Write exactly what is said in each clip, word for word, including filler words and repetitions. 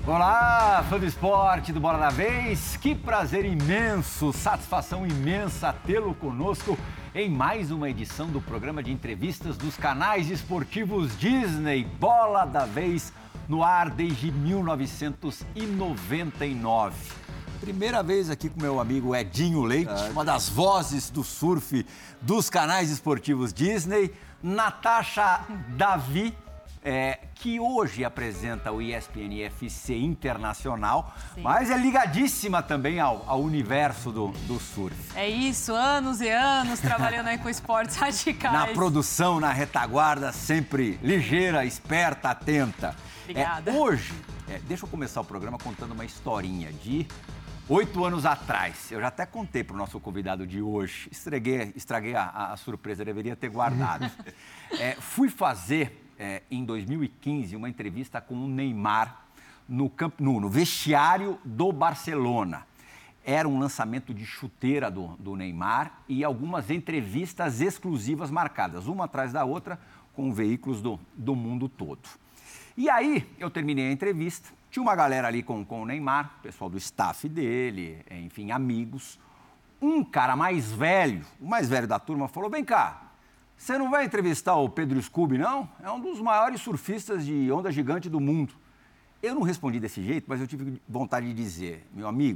Olá, fã do esporte do Bola da Vez, que prazer imenso, satisfação imensa tê-lo conosco em mais uma edição do programa de entrevistas dos canais esportivos Disney, Bola da Vez, no ar desde mil novecentos e noventa e nove. Primeira vez aqui com meu amigo Edinho Leite, uma das vozes do surf dos canais esportivos Disney, Natasha Davi, É, que hoje apresenta o E S P N F C Internacional, Sim. mas é ligadíssima também ao, ao universo do, do surf. É isso, anos e anos trabalhando aí com esportes radicais. Na produção, na retaguarda, sempre ligeira, esperta, atenta. Obrigada. É, hoje, é, deixa eu começar o programa contando uma historinha de oito anos atrás. Eu já até contei para o nosso convidado de hoje, estraguei, estraguei a, a surpresa, deveria ter guardado. é, fui fazer... É, em dois mil e quinze, uma entrevista com o Neymar no, camp... no, no vestiário do Barcelona. Era um lançamento de chuteira do, do Neymar e algumas entrevistas exclusivas marcadas, uma atrás da outra, com veículos do, do mundo todo. E aí, eu terminei a entrevista, tinha uma galera ali com, com o Neymar, pessoal do staff dele, enfim, amigos. Um cara mais velho, o mais velho da turma, falou, vem cá, você não vai entrevistar o Pedro Scooby, não? É um dos maiores surfistas de onda gigante do mundo. Eu não respondi desse jeito, mas eu tive vontade de dizer, meu amigo,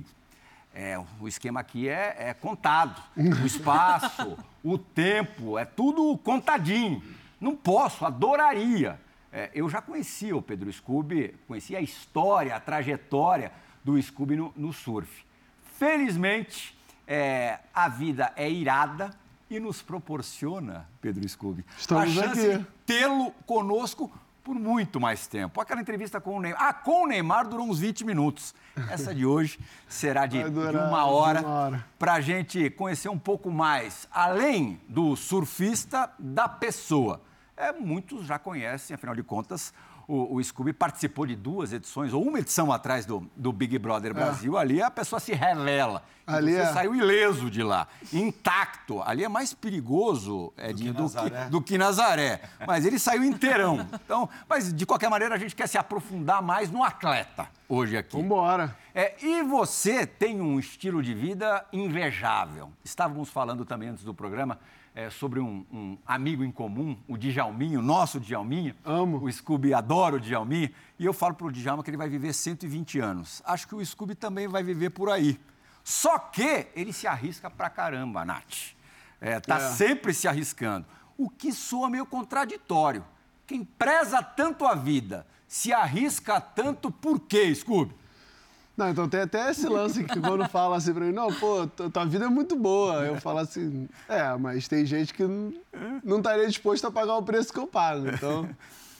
é, o esquema aqui é, é contado. O espaço, o tempo, é tudo contadinho. Não posso, adoraria. É, eu já conhecia o Pedro Scooby, conhecia a história, a trajetória do Scooby no, no surf. Felizmente, é, a vida é irada, e nos proporciona, Pedro Scooby, Estamos a chance aqui. de tê-lo conosco por muito mais tempo. Aquela entrevista com o Neymar, ah, com o Neymar durou uns vinte minutos. Essa de hoje será de, durar, de uma hora, hora. para a gente conhecer um pouco mais, além do surfista, da pessoa. É, muitos já conhecem, afinal de contas, o, o Scooby participou de duas edições, ou uma edição atrás do, do Big Brother Brasil. É. Ali a pessoa se revela. Ali você é... saiu ileso de lá, intacto. Ali é mais perigoso, Edinho, do, do, que, do que Nazaré. Mas ele saiu inteirão. Então, mas, de qualquer maneira, a gente quer se aprofundar mais no atleta hoje aqui. Vambora. É, e você tem um estilo de vida invejável. Estávamos falando também antes do programa é, sobre um, um amigo em comum, o Djalminho, nosso Djalminho. Amo. O Scooby adora o Djalminho. E eu falo para o Djalma que ele vai viver cento e vinte anos. Acho que o Scooby também vai viver por aí. Só que ele se arrisca pra caramba, Nath. É, tá é. sempre se arriscando. O que soa meio contraditório. Quem preza tanto a vida se arrisca tanto por quê, Scooby? Não, então tem até esse lance que quando fala assim pra mim, não, pô, tua vida é muito boa. Eu falo assim, é, mas tem gente que não, não estaria disposto a pagar o preço que eu pago. Então,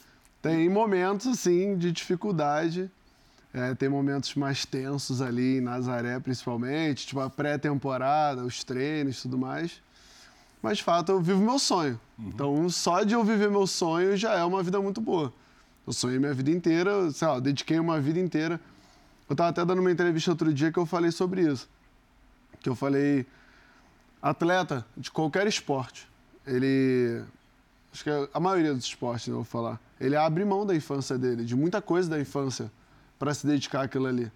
tem momentos, assim, de dificuldade. É, tem momentos mais tensos ali em Nazaré, principalmente, tipo a pré-temporada, os treinos e tudo mais. Mas, de fato, eu vivo meu sonho. Uhum. Então, só de eu viver meu sonho já é uma vida muito boa. Eu sonhei minha vida inteira, sei lá, eu dediquei uma vida inteira. Eu estava até dando uma entrevista outro dia que eu falei sobre isso. Que eu falei, atleta de qualquer esporte, ele... Acho que a maioria dos esportes, né, eu vou falar. Ele abre mão da infância dele, de muita coisa da infância, para se dedicar àquilo ali.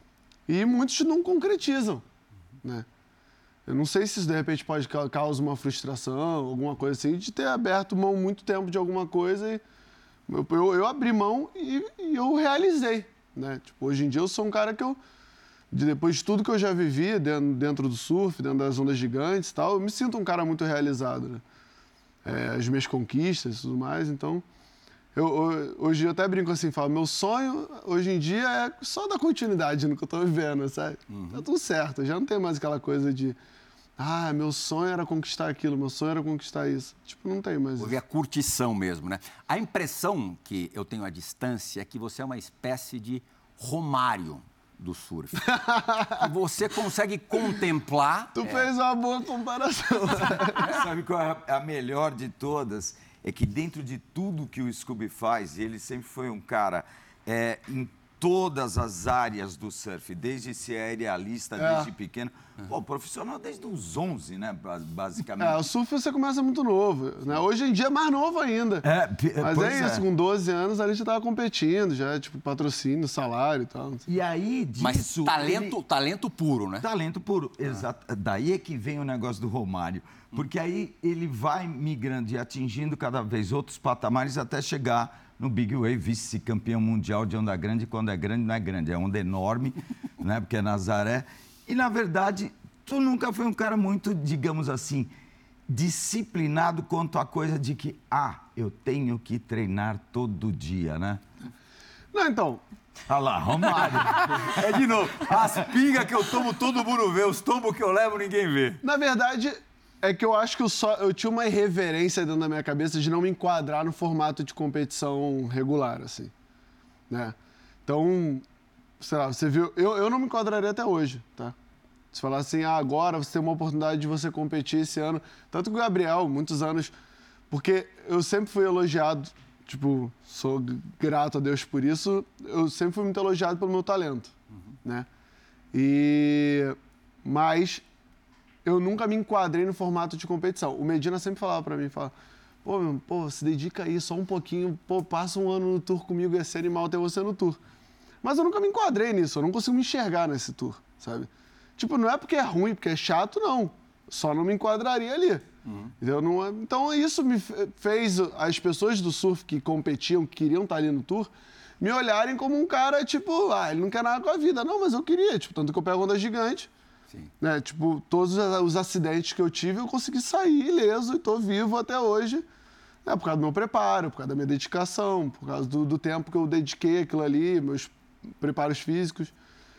E muitos não concretizam, né? Eu não sei se isso, de repente, pode causar uma frustração, alguma coisa assim, de ter aberto mão muito tempo de alguma coisa e eu, eu, eu abri mão e, e eu realizei, né? Tipo, hoje em dia eu sou um cara que eu, de, depois de tudo que eu já vivi dentro, dentro do surf, dentro das ondas gigantes e tal, eu me sinto um cara muito realizado, né? É, as minhas conquistas e tudo mais, então... Eu, eu, hoje eu até brinco assim, falo, meu sonho hoje em dia é só dar continuidade no que eu tô vivendo, sabe? Uhum. Tá tudo certo, já não tem mais aquela coisa de, ah, meu sonho era conquistar aquilo, meu sonho era conquistar isso. Tipo, não tem mais Houve isso. a curtição mesmo, né? A impressão que eu tenho à distância é que você é uma espécie de Romário do surf. E você consegue contemplar... Tu é... fez uma boa comparação. Sabe qual é a melhor de todas? É que dentro de tudo que o Scooby faz, ele sempre foi um cara é, todas as áreas do surf, desde ser aerialista, É. desde pequeno. Pô, profissional desde os onze, né, ba- basicamente. É, o surf você começa muito novo, né? Hoje em dia é mais novo ainda. É, p- Mas pois é isso, com doze anos a gente tava competindo já, tipo, patrocínio, salário e tal. E aí, disso... Mas talento, ele- talento puro, né? Talento puro, Ah. exato. Daí é que vem o negócio do Romário. Porque aí ele vai migrando e atingindo cada vez outros patamares até chegar no Big Wave, vice-campeão mundial de onda grande. Quando é grande, não é grande, é onda enorme, né? Porque é Nazaré. E, na verdade, tu nunca foi um cara muito, digamos assim, disciplinado quanto à coisa de que, ah, eu tenho que treinar todo dia, né? Não, então, Olha lá, Romário. É de novo, as pingas que eu tomo, todo mundo vê, os tombos que eu levo, ninguém vê. na verdade, é que eu acho que eu, só, eu tinha uma irreverência dentro da minha cabeça de não me enquadrar no formato de competição regular, assim, né? Então, sei lá, você viu, eu, eu não me enquadraria até hoje, tá? Se falar assim, ah, agora você tem uma oportunidade de você competir esse ano, tanto que o Gabriel, muitos anos, porque eu sempre fui elogiado, tipo, sou grato a Deus por isso, eu sempre fui muito elogiado pelo meu talento, né? E... Mas eu nunca me enquadrei no formato de competição. O Medina sempre falava pra mim, falava, pô, meu, pô, se dedica aí só um pouquinho, pô, passa um ano no tour comigo, ia ser animal ter você no tour. Mas eu nunca me enquadrei nisso, eu não consigo me enxergar nesse tour, sabe? Tipo, não é porque é ruim, porque é chato, não. Só não me enquadraria ali. Uhum. Entendeu? Não é... Então, isso me fez as pessoas do surf que competiam, que queriam estar ali no tour, me olharem como um cara, tipo, ah, ele não quer nada com a vida. Não, mas eu queria. Tipo, tanto que eu pego onda gigante. Sim. Né? Tipo, todos os acidentes que eu tive, eu consegui sair ileso e tô vivo até hoje. Né? Por causa do meu preparo, por causa da minha dedicação, por causa do, do tempo que eu dediquei àquilo ali, meus preparos físicos.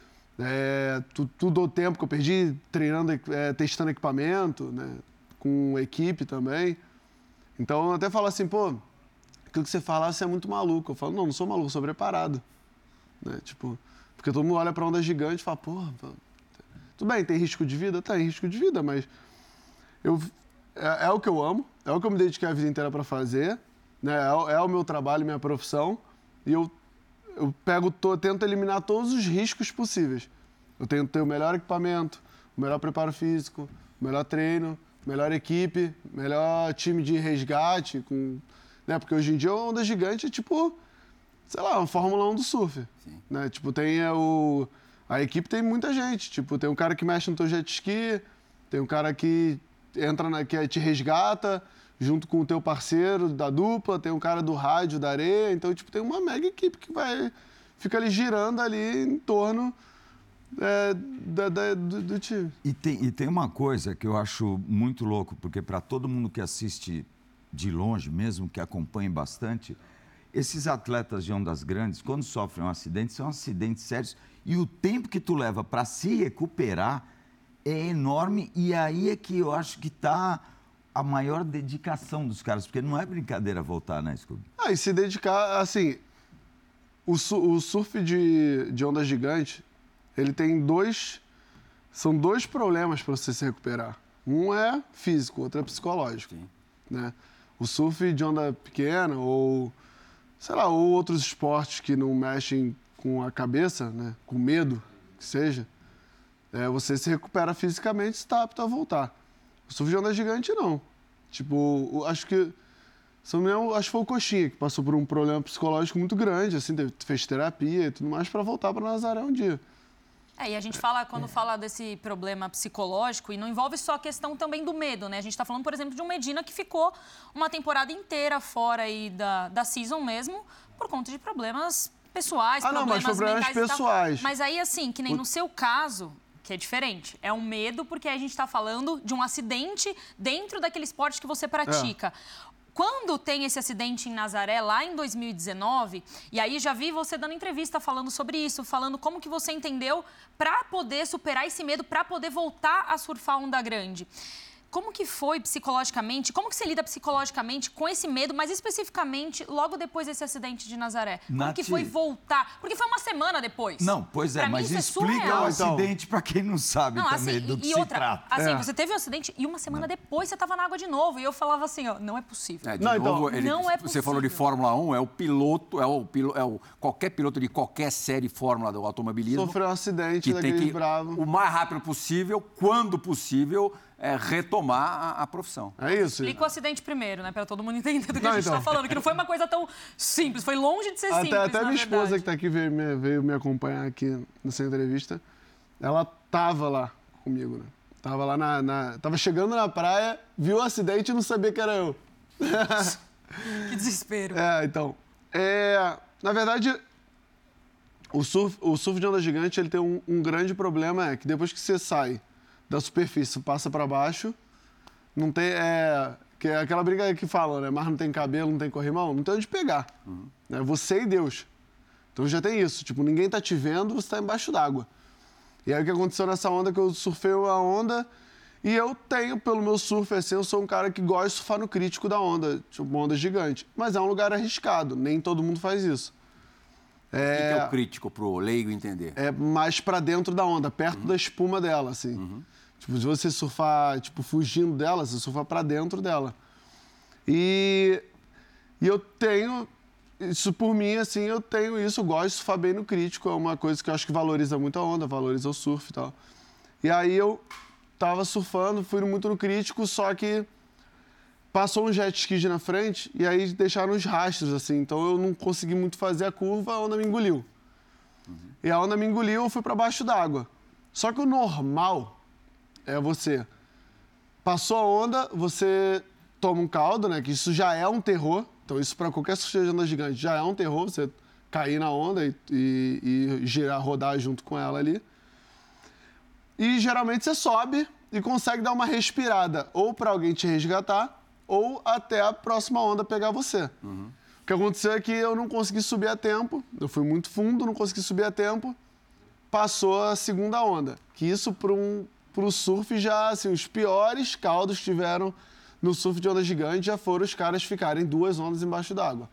É, tu- tudo o tempo que eu perdi treinando, é, testando equipamento, né? Com equipe também. Então, eu até falo assim, pô, aquilo que você fala, você é muito maluco. Eu falo, não, não sou maluco, sou preparado. Né? Tipo, porque todo mundo olha pra onda gigante e fala, porra, pô, tudo bem, tem risco de vida? Tem risco de vida, mas eu, é, é o que eu amo, é o que eu me dediquei a vida inteira pra fazer, né? É, o- é o meu trabalho, minha profissão, e eu eu pego, to, tento eliminar todos os riscos possíveis. Eu tento ter o melhor equipamento, o melhor preparo físico, o melhor treino, melhor equipe, melhor time de resgate, com, né? Porque hoje em dia a onda gigante é tipo, sei lá, uma Fórmula um do surf. Sim. Né? Tipo, tem é, o... A equipe tem muita gente. Tipo, tem um cara que mexe no teu jet ski, tem um cara que entra na, que te resgata, junto com o teu parceiro da dupla, tem um cara do rádio, da areia, então, tipo, tem uma mega equipe que vai, fica ali girando ali em torno é, da, da- do, do time. E tem, e tem uma coisa que eu acho muito louco, porque para todo mundo que assiste de longe, mesmo que acompanhe bastante, esses atletas de ondas grandes, quando sofrem um acidente, são acidentes sérios, e o tempo que tu leva para se recuperar é enorme, e aí é que eu acho que está a maior dedicação dos caras, porque não é brincadeira voltar, né, Scooby? Ah, e se dedicar, assim, o, su- o surf de, de onda gigante, ele tem dois, são dois problemas para você se recuperar. Um é físico, o outro é psicológico, Sim. né? O surf de onda pequena ou, sei lá, ou outros esportes que não mexem com a cabeça, né? Com medo, que seja, é, você se recupera fisicamente e está apto a voltar. O surf de onda gigante, não. Tipo, o- acho que... Se eu não me engano, acho que foi o Coxinha que passou por um problema psicológico muito grande, assim, teve- fez terapia e tudo mais para voltar para Nazaré um dia. É, e a gente fala, quando fala desse problema psicológico, e não envolve só a questão também do medo, né? A gente está falando, por exemplo, de um Medina que ficou uma temporada inteira fora aí da, da season mesmo, por conta de problemas pessoais, Ah, não, mas problemas foi problemas mentais e tal. pessoais. Mas aí, assim, que nem no seu caso, que é diferente, é um medo porque a gente está falando de um acidente dentro daquele esporte que você pratica. Quando tem esse acidente em Nazaré, lá em dois mil e dezenove, e aí já vi você dando entrevista falando sobre isso, falando como que você entendeu para poder superar esse medo, para poder voltar a surfar onda grande. Como que foi psicologicamente, como que você lida psicologicamente com esse medo, mas especificamente logo depois desse acidente de Nazaré? Como Nath... que foi voltar? Porque foi uma semana depois. Não, pois é, pra mas mim, explica é o acidente para quem não sabe não, também assim, do e, que e se outra, trata. Assim, É. você teve um acidente e uma semana não. depois você estava na água de novo. E eu falava assim, ó, não é possível. É, de Não, novo, então, ele, não é você falou de possível. Fórmula um, é o piloto, é o, pilo- é o qualquer piloto de qualquer série Fórmula do automobilismo. Sofreu um acidente que tem daquele que, bravo. o mais rápido possível, quando possível, é, retomar a, a profissão. É isso. Explica o acidente primeiro, né? Para todo mundo entender do que Não, a gente está então. falando. Que não foi uma coisa tão simples, foi longe de ser Até, simples, até na minha esposa verdade. que tá aqui veio me, veio me acompanhar aqui nessa entrevista. Ela tava lá comigo, né? Tava lá na, na... Tava chegando na praia, viu o acidente e não sabia que era eu. Que desespero. É, então. É, na verdade, o surf, o surf de onda gigante ele tem um, um grande problema, é que depois que você sai da superfície, passa para baixo, não tem... É, que é aquela briga que falam, né? Mar não tem cabelo, não tem corrimão, não tem onde pegar. Uhum. Né? Você e Deus. Então já tem isso. Tipo, ninguém tá te vendo, você tá embaixo d'água. E aí o que aconteceu nessa onda, que eu surfei a onda... E eu tenho, pelo meu surf, assim, eu sou um cara que gosta de surfar no crítico da onda, tipo, uma onda gigante. Mas é um lugar arriscado, nem todo mundo faz isso. O que, que é o crítico pro leigo entender? É mais pra dentro da onda, perto uhum. da espuma dela, assim. Uhum. Tipo, se você surfar, tipo, fugindo dela, você surfa pra dentro dela. E, e eu tenho, isso por mim, assim, eu tenho isso, eu gosto de surfar bem no crítico, é uma coisa que eu acho que valoriza muito a onda, valoriza o surf e tal. E aí eu tava surfando, fui muito no crítico, só que passou um jet ski na frente e aí deixaram os rastros, assim. Então eu não consegui muito fazer a curva, a onda me engoliu. Uhum. E a onda me engoliu, eu fui para baixo d'água. Só que o normal é você... Passou a onda, você toma um caldo, né? Que isso já é um terror. Então isso para qualquer surfista de onda gigante já é um terror. Você cair na onda e, e, e girar, rodar junto com ela ali. E geralmente você sobe e consegue dar uma respirada, ou para alguém te resgatar, ou até a próxima onda pegar você. Uhum. O que aconteceu é que eu não consegui subir a tempo, eu fui muito fundo, não consegui subir a tempo, passou a segunda onda. Que isso para um, pro surf já, assim, os piores caldos que tiveram no surf de onda gigante já foram os caras ficarem duas ondas embaixo d'água.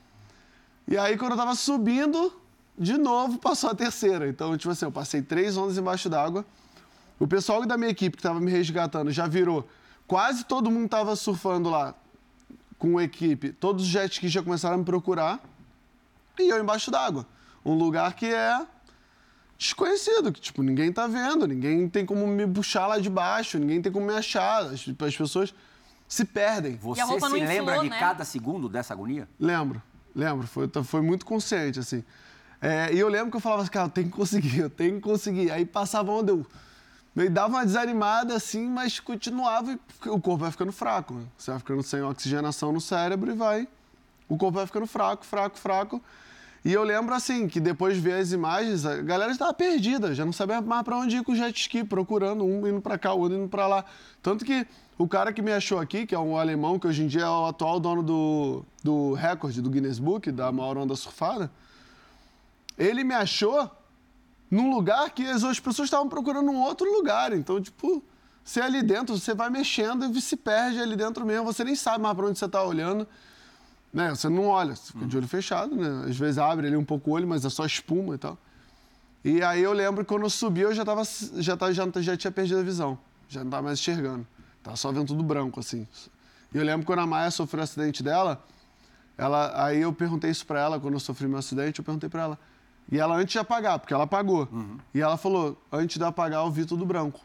E aí quando eu tava subindo, de novo passou a terceira. Então, tipo assim, eu passei três ondas embaixo d'água. O pessoal da minha equipe que estava me resgatando já virou. Quase todo mundo estava surfando lá com a equipe. Todos os jet skis já começaram a me procurar. E eu embaixo d'água. Um lugar que é desconhecido, que tipo, ninguém tá vendo, ninguém tem como me puxar lá de baixo, ninguém tem como me achar. As, as pessoas se perdem. Você se inflou, lembra de né? cada segundo dessa agonia? Lembro, lembro. Foi, foi muito consciente, assim. É, e eu lembro que eu falava assim, cara, eu tenho que conseguir, eu tenho que conseguir. Aí passava onde eu... Eu dava uma desanimada, assim, mas continuava e o corpo vai ficando fraco. Né? Você vai ficando sem oxigenação no cérebro e vai... O corpo vai ficando fraco, fraco, fraco. E eu lembro, assim, que depois de ver as imagens, a galera estava perdida, já não sabia mais para onde ir com o jet ski, procurando um indo para cá, o outro indo para lá. Tanto que o cara que me achou aqui, que é um alemão, que hoje em dia é o atual dono do, do recorde do Guinness Book, da maior onda surfada, ele me achou num lugar que as outras pessoas estavam procurando um outro lugar. Então, tipo, você é ali dentro, você vai mexendo e se perde ali dentro mesmo. Você nem sabe mais para onde você está olhando. Né? Você não olha, você fica de olho fechado, né? Às vezes abre ali um pouco o olho, mas é só espuma e tal. E aí eu lembro que quando eu subi, eu já, tava, já, tava, já, já tinha perdido a visão. Já não estava mais enxergando. Tava só vendo tudo branco, assim. E eu lembro que quando a Maia sofreu o acidente dela, ela, aí eu perguntei isso para ela, quando eu sofri meu acidente, eu perguntei para ela. E ela, antes de apagar, porque ela apagou. Uhum. E ela falou, antes de apagar, eu vi tudo branco.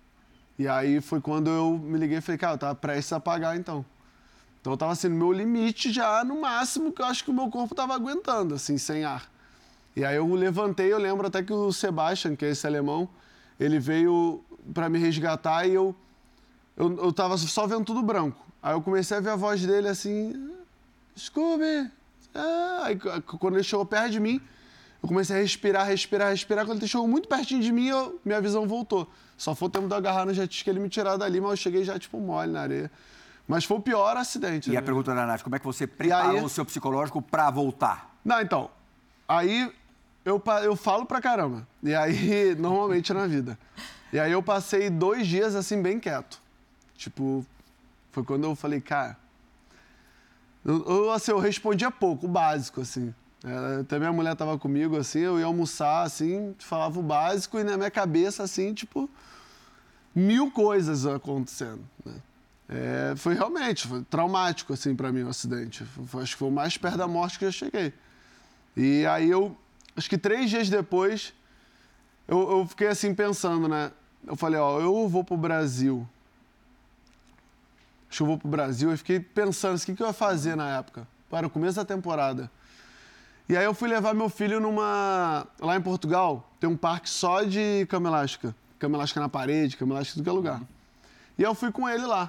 E aí foi quando eu me liguei e falei, cara, eu tava prestes a apagar, então. Então eu tava assim, no meu limite já, no máximo, que eu acho que o meu corpo tava aguentando, assim, sem ar. E aí eu levantei, eu lembro até que o Sebastian, que é esse alemão, ele veio para me resgatar e eu, eu, eu tava só vendo tudo branco. Aí eu comecei a ver a voz dele assim, Scooby! Ah. Aí quando ele chegou perto de mim, eu comecei a respirar, respirar, respirar. Quando ele chegou muito pertinho de mim, eu, minha visão voltou. Só foi o tempo de eu agarrar no jet ski, ele me tirar dali, mas eu cheguei já, tipo, mole na areia. Mas foi o pior acidente. E né? a pergunta da Nath, como é que você preparou aí... o seu psicológico para voltar? Não, então, aí eu, eu falo pra caramba. E aí, normalmente é na vida. E aí eu passei dois dias, assim, bem quieto. Tipo, foi quando eu falei, cara... Eu, eu, assim, eu respondia pouco, o básico, assim. É, até minha mulher tava comigo, assim, eu ia almoçar, assim, falava o básico e na minha cabeça, assim, tipo, mil coisas acontecendo, né? É, foi realmente, foi traumático, assim, pra mim, o acidente. Foi, acho que foi o mais perto da morte que eu cheguei. E aí eu, acho que três dias depois, eu, eu fiquei, assim, pensando, né? Eu falei, ó, eu vou pro Brasil. Acho que eu vou pro Brasil. Eu fiquei pensando, assim, o que, que eu ia fazer na época? Para o começo da temporada. E aí eu fui levar meu filho numa... Lá em Portugal, tem um parque só de cama elástica. Cama elástica na parede, cama elástica em todo lugar. E eu fui com ele lá.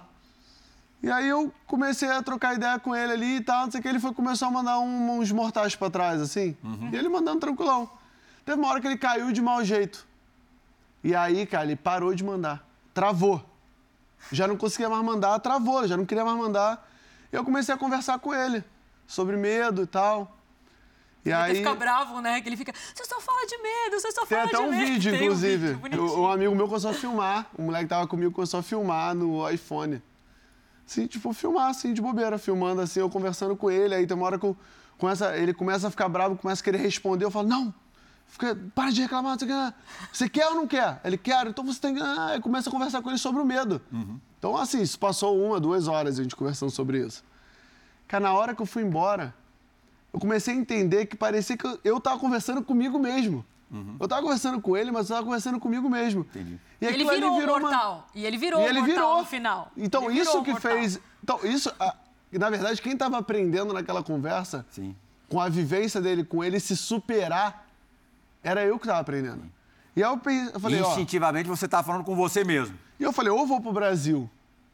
E aí eu comecei a trocar ideia com ele ali e tal, não sei o que, ele foi, começou a mandar um, uns mortais pra trás, assim. Uhum. E ele mandando tranquilão. Teve uma hora que ele caiu de mau jeito. E aí, cara, ele parou de mandar. Travou. Já não conseguia mais mandar, travou, já não queria mais mandar. E eu comecei a conversar com ele sobre medo e tal. E ele aí... fica bravo, né? Que ele fica, você só fala de medo, você só fala de medo. Tem até um vídeo, Tem inclusive. Um vídeo um amigo meu começou a filmar, um moleque que tava comigo começou a filmar no iPhone. Assim, tipo, filmar, assim, de bobeira, filmando, assim, eu conversando com ele. Aí tem uma hora que eu começa, ele começa a ficar bravo, começa a querer responder. Eu falo, não, fica, para de reclamar, não sei o que. Você quer ou não quer? Ele quer, então você tem que... Ah, aí começa a conversar com ele sobre o medo. Uhum. Então, assim, isso passou uma, duas horas a gente conversando sobre isso. Cara, na hora que eu fui embora, eu comecei a entender que parecia que eu estava conversando comigo mesmo. Uhum. Eu estava conversando com ele, mas eu estava conversando comigo mesmo. Entendi. E ele virou, virou mortal. Uma... E ele virou e ele mortal virou. No final. Então, ele isso que mortal. fez... Então, isso... A... Na verdade, quem estava aprendendo naquela conversa, Sim. com a vivência dele, com ele se superar, era eu que estava aprendendo. Sim. E aí eu, pensei, eu falei, instintivamente, ó, você estava falando com você mesmo. E eu falei, ou vou pro Brasil,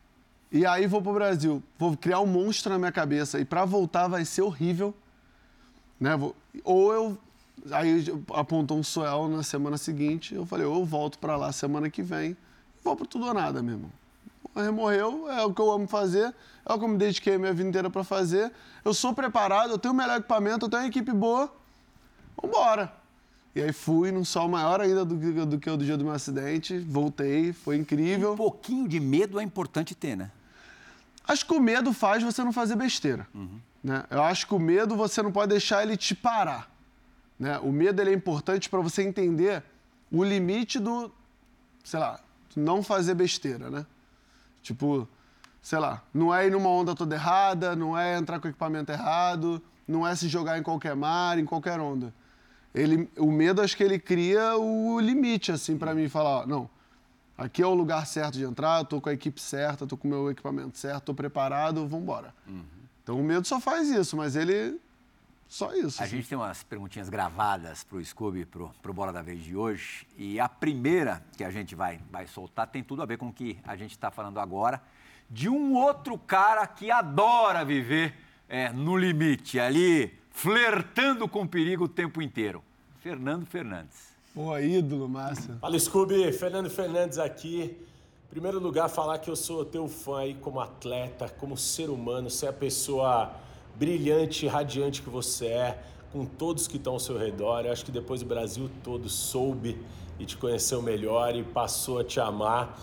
e aí vou pro Brasil, vou criar um monstro na minha cabeça, e para voltar vai ser horrível, né? Vou... Ou eu... Aí apontou um Suel na semana seguinte, eu falei, ou eu volto para lá semana que vem, vou pro tudo ou nada, meu irmão. Morreu, é o que eu amo fazer, é o que eu me dediquei a minha vida inteira para fazer, eu sou preparado, eu tenho o melhor equipamento, eu tenho uma equipe boa, vambora. E aí fui num sol maior ainda do que, do que o do dia do meu acidente, voltei, foi incrível. Um pouquinho de medo é importante ter, né? Acho que o medo faz você não fazer besteira. Uhum. Né? Eu acho que o medo você não pode deixar ele te parar. Né? O medo ele é importante para você entender o limite do, sei lá, não fazer besteira, né? Tipo, sei lá, não é ir numa onda toda errada, não é entrar com o equipamento errado, não é se jogar em qualquer mar, em qualquer onda. Ele, o medo, acho que ele cria o limite, assim, para mim, falar, ó, não, aqui é o lugar certo de entrar, eu tô com a equipe certa, tô com o meu equipamento certo, tô preparado, vambora. Uhum. Então, o medo só faz isso, mas ele... Só isso. A assim. gente tem umas perguntinhas gravadas pro Scooby, pro, pro Bola da Vez de hoje, e a primeira que a gente vai, vai soltar tem tudo a ver com o que a gente está falando agora, de um outro cara que adora viver é, no limite, ali, flertando com o perigo o tempo inteiro. Fernando Fernandes. Pô, ídolo, massa. Fala, Scooby. Fernando Fernandes aqui. Em primeiro lugar, falar que eu sou teu fã aí como atleta, como ser humano. Você é a pessoa brilhante, radiante que você é, com todos que estão ao seu redor. Eu acho que depois o Brasil todo soube e te conheceu melhor e passou a te amar.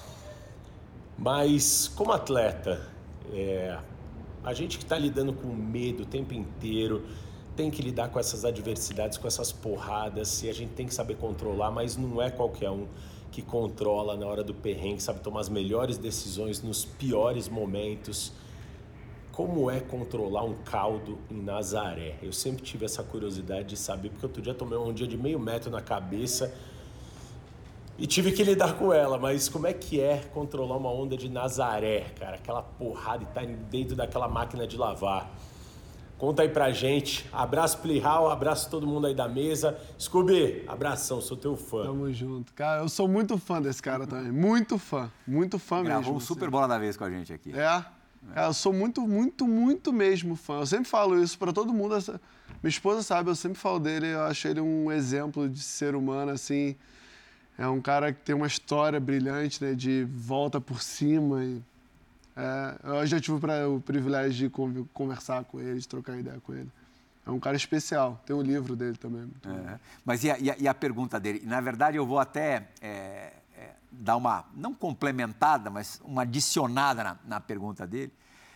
Mas, como atleta, é, a gente que está lidando com medo o tempo inteiro, tem que lidar com essas adversidades, com essas porradas, e a gente tem que saber controlar, mas não é qualquer um que controla na hora do perrengue, sabe tomar as melhores decisões nos piores momentos. Como é controlar um caldo em Nazaré? Eu sempre tive essa curiosidade de saber, porque outro dia tomei um dia de meio metro na cabeça e tive que lidar com ela, mas como é que é controlar uma onda de Nazaré, cara? Aquela porrada e tá dentro daquela máquina de lavar. Conta aí pra gente. Abraço, Plihal, abraço todo mundo aí da mesa. Scooby, abração, sou teu fã. Tamo junto. Cara, eu sou muito fã desse cara também. Muito fã. Muito fã Gravou mesmo. Gravou o Super Bola da Vez com a gente aqui. É. Cara, eu sou muito, muito, muito mesmo fã. Eu sempre falo isso pra todo mundo. Minha esposa sabe, eu sempre falo dele. Eu acho ele um exemplo de ser humano, assim. É um cara que tem uma história brilhante, né? De volta por cima. E, é, eu já tive pra, o privilégio de conversar com ele, de trocar ideia com ele. É um cara especial. Tem um livro dele também. É. Mas e a, e, a, e a pergunta dele? Na verdade, eu vou até é, é, dar uma, não complementada, mas uma adicionada na, na pergunta dele.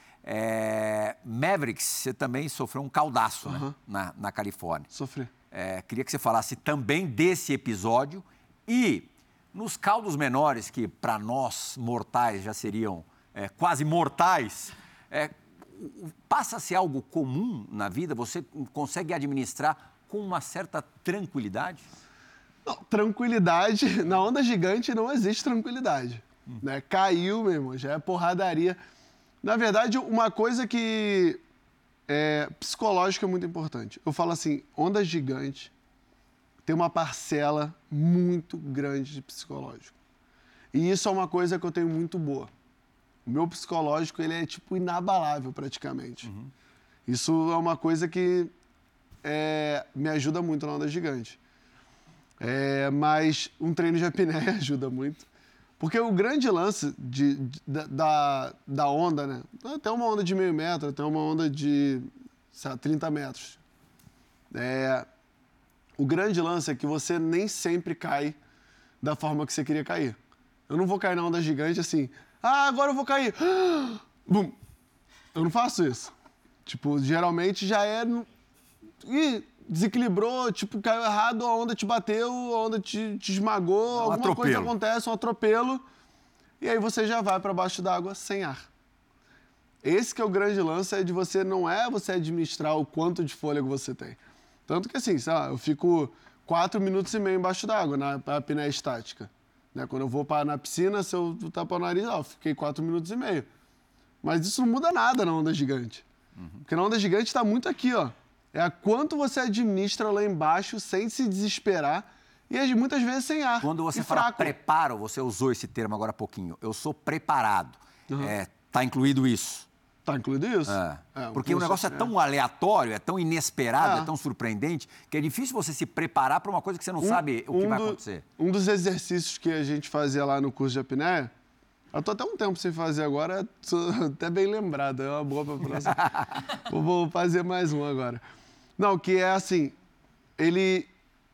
É, Mavericks, você também sofreu um caudaço, uhum. né? na, na Califórnia. Sofri. É, queria que você falasse também desse episódio e nos caldos menores, que para nós mortais já seriam é, quase mortais, é, passa a ser algo comum na vida? Você consegue administrar com uma certa tranquilidade? Não, tranquilidade, na onda gigante não existe tranquilidade. Hum. Né? Caiu, meu irmão, já é porradaria. Na verdade, uma coisa que é psicológica é muito importante. Eu falo assim, onda gigante tem uma parcela muito grande de psicológico. E isso é uma coisa que eu tenho muito boa. O meu psicológico, ele é, tipo, inabalável, praticamente. Uhum. Isso é uma coisa que é, me ajuda muito na onda gigante. É, mas um treino de apneia ajuda muito. Porque o grande lance de, de, da, da onda, né? Até uma onda de meio metro, até uma onda de, sei lá, trinta metros. É, o grande lance é que você nem sempre cai da forma que você queria cair. Eu não vou cair na onda gigante assim, ah, agora eu vou cair. Bum. Eu não faço isso. Tipo, geralmente já é... Ih, desequilibrou, tipo, caiu errado, a onda te bateu, a onda te, te esmagou, um alguma atropelo. Coisa acontece, um atropelo, e aí você já vai para baixo d'água sem ar. Esse que é o grande lance, é de você, não é você administrar o quanto de fôlego você tem. Tanto que assim, sei lá, eu fico quatro minutos e meio embaixo d'água na apneia estática. Né? Quando eu vou para na piscina, se eu tapar o nariz, ó, eu fiquei quatro minutos e meio. Mas isso não muda nada na onda gigante. Uhum. Porque na onda gigante está muito aqui, ó. É a quanto você administra lá embaixo sem se desesperar e muitas vezes sem ar. Quando você fala fraco. Preparo, você usou esse termo agora há pouquinho. Eu sou preparado. Uhum. É, tá incluído isso? Tá incluído isso? É. É, Porque o negócio é tão aleatório, é tão inesperado, é. é tão surpreendente, que é difícil você se preparar para uma coisa que você não um, sabe o que um vai do, acontecer. Um dos exercícios que a gente fazia lá no curso de apneia, eu tô até um tempo sem fazer agora, tô até bem lembrado, é uma boa para próxima. Vou fazer mais um agora. Não, que é assim, ele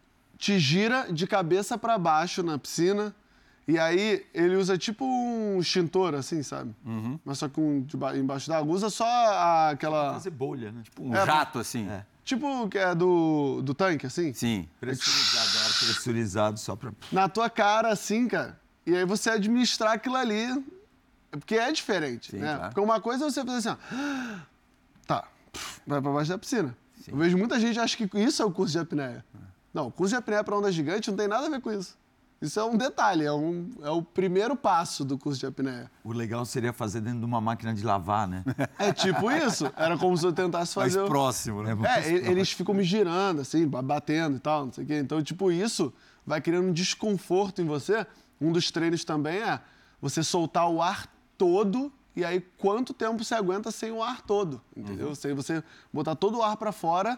te gira de cabeça para baixo na piscina e aí ele usa tipo um extintor, assim, sabe? Uhum. Mas só que um de ba... embaixo da água. Usa só a, aquela... Fazer bolha, né? Tipo um é, jato, assim. É. Tipo que é do, do tanque, assim? Sim. Pressurizado, ar pressurizado só pra... Na tua cara, assim, cara. E aí você administrar aquilo ali, porque é diferente, Sim, né? Claro. Porque uma coisa é você fazer assim, ó... Tá, vai pra baixo da piscina. Sim. Eu vejo muita gente que acha que isso é o curso de apneia. Não, o curso de apneia para onda gigante não tem nada a ver com isso. Isso é um detalhe, é, um, é o primeiro passo do curso de apneia. O legal seria fazer dentro de uma máquina de lavar, né? É tipo isso. Era como se eu tentasse fazer... Mais próximo, né? É, eles ficam me girando, assim, batendo e tal, não sei o quê. Então, tipo, isso vai criando um desconforto em você. Um dos treinos também é você soltar o ar todo. E aí, quanto tempo você aguenta sem o ar todo, entendeu? Uhum. Sem você botar todo o ar para fora,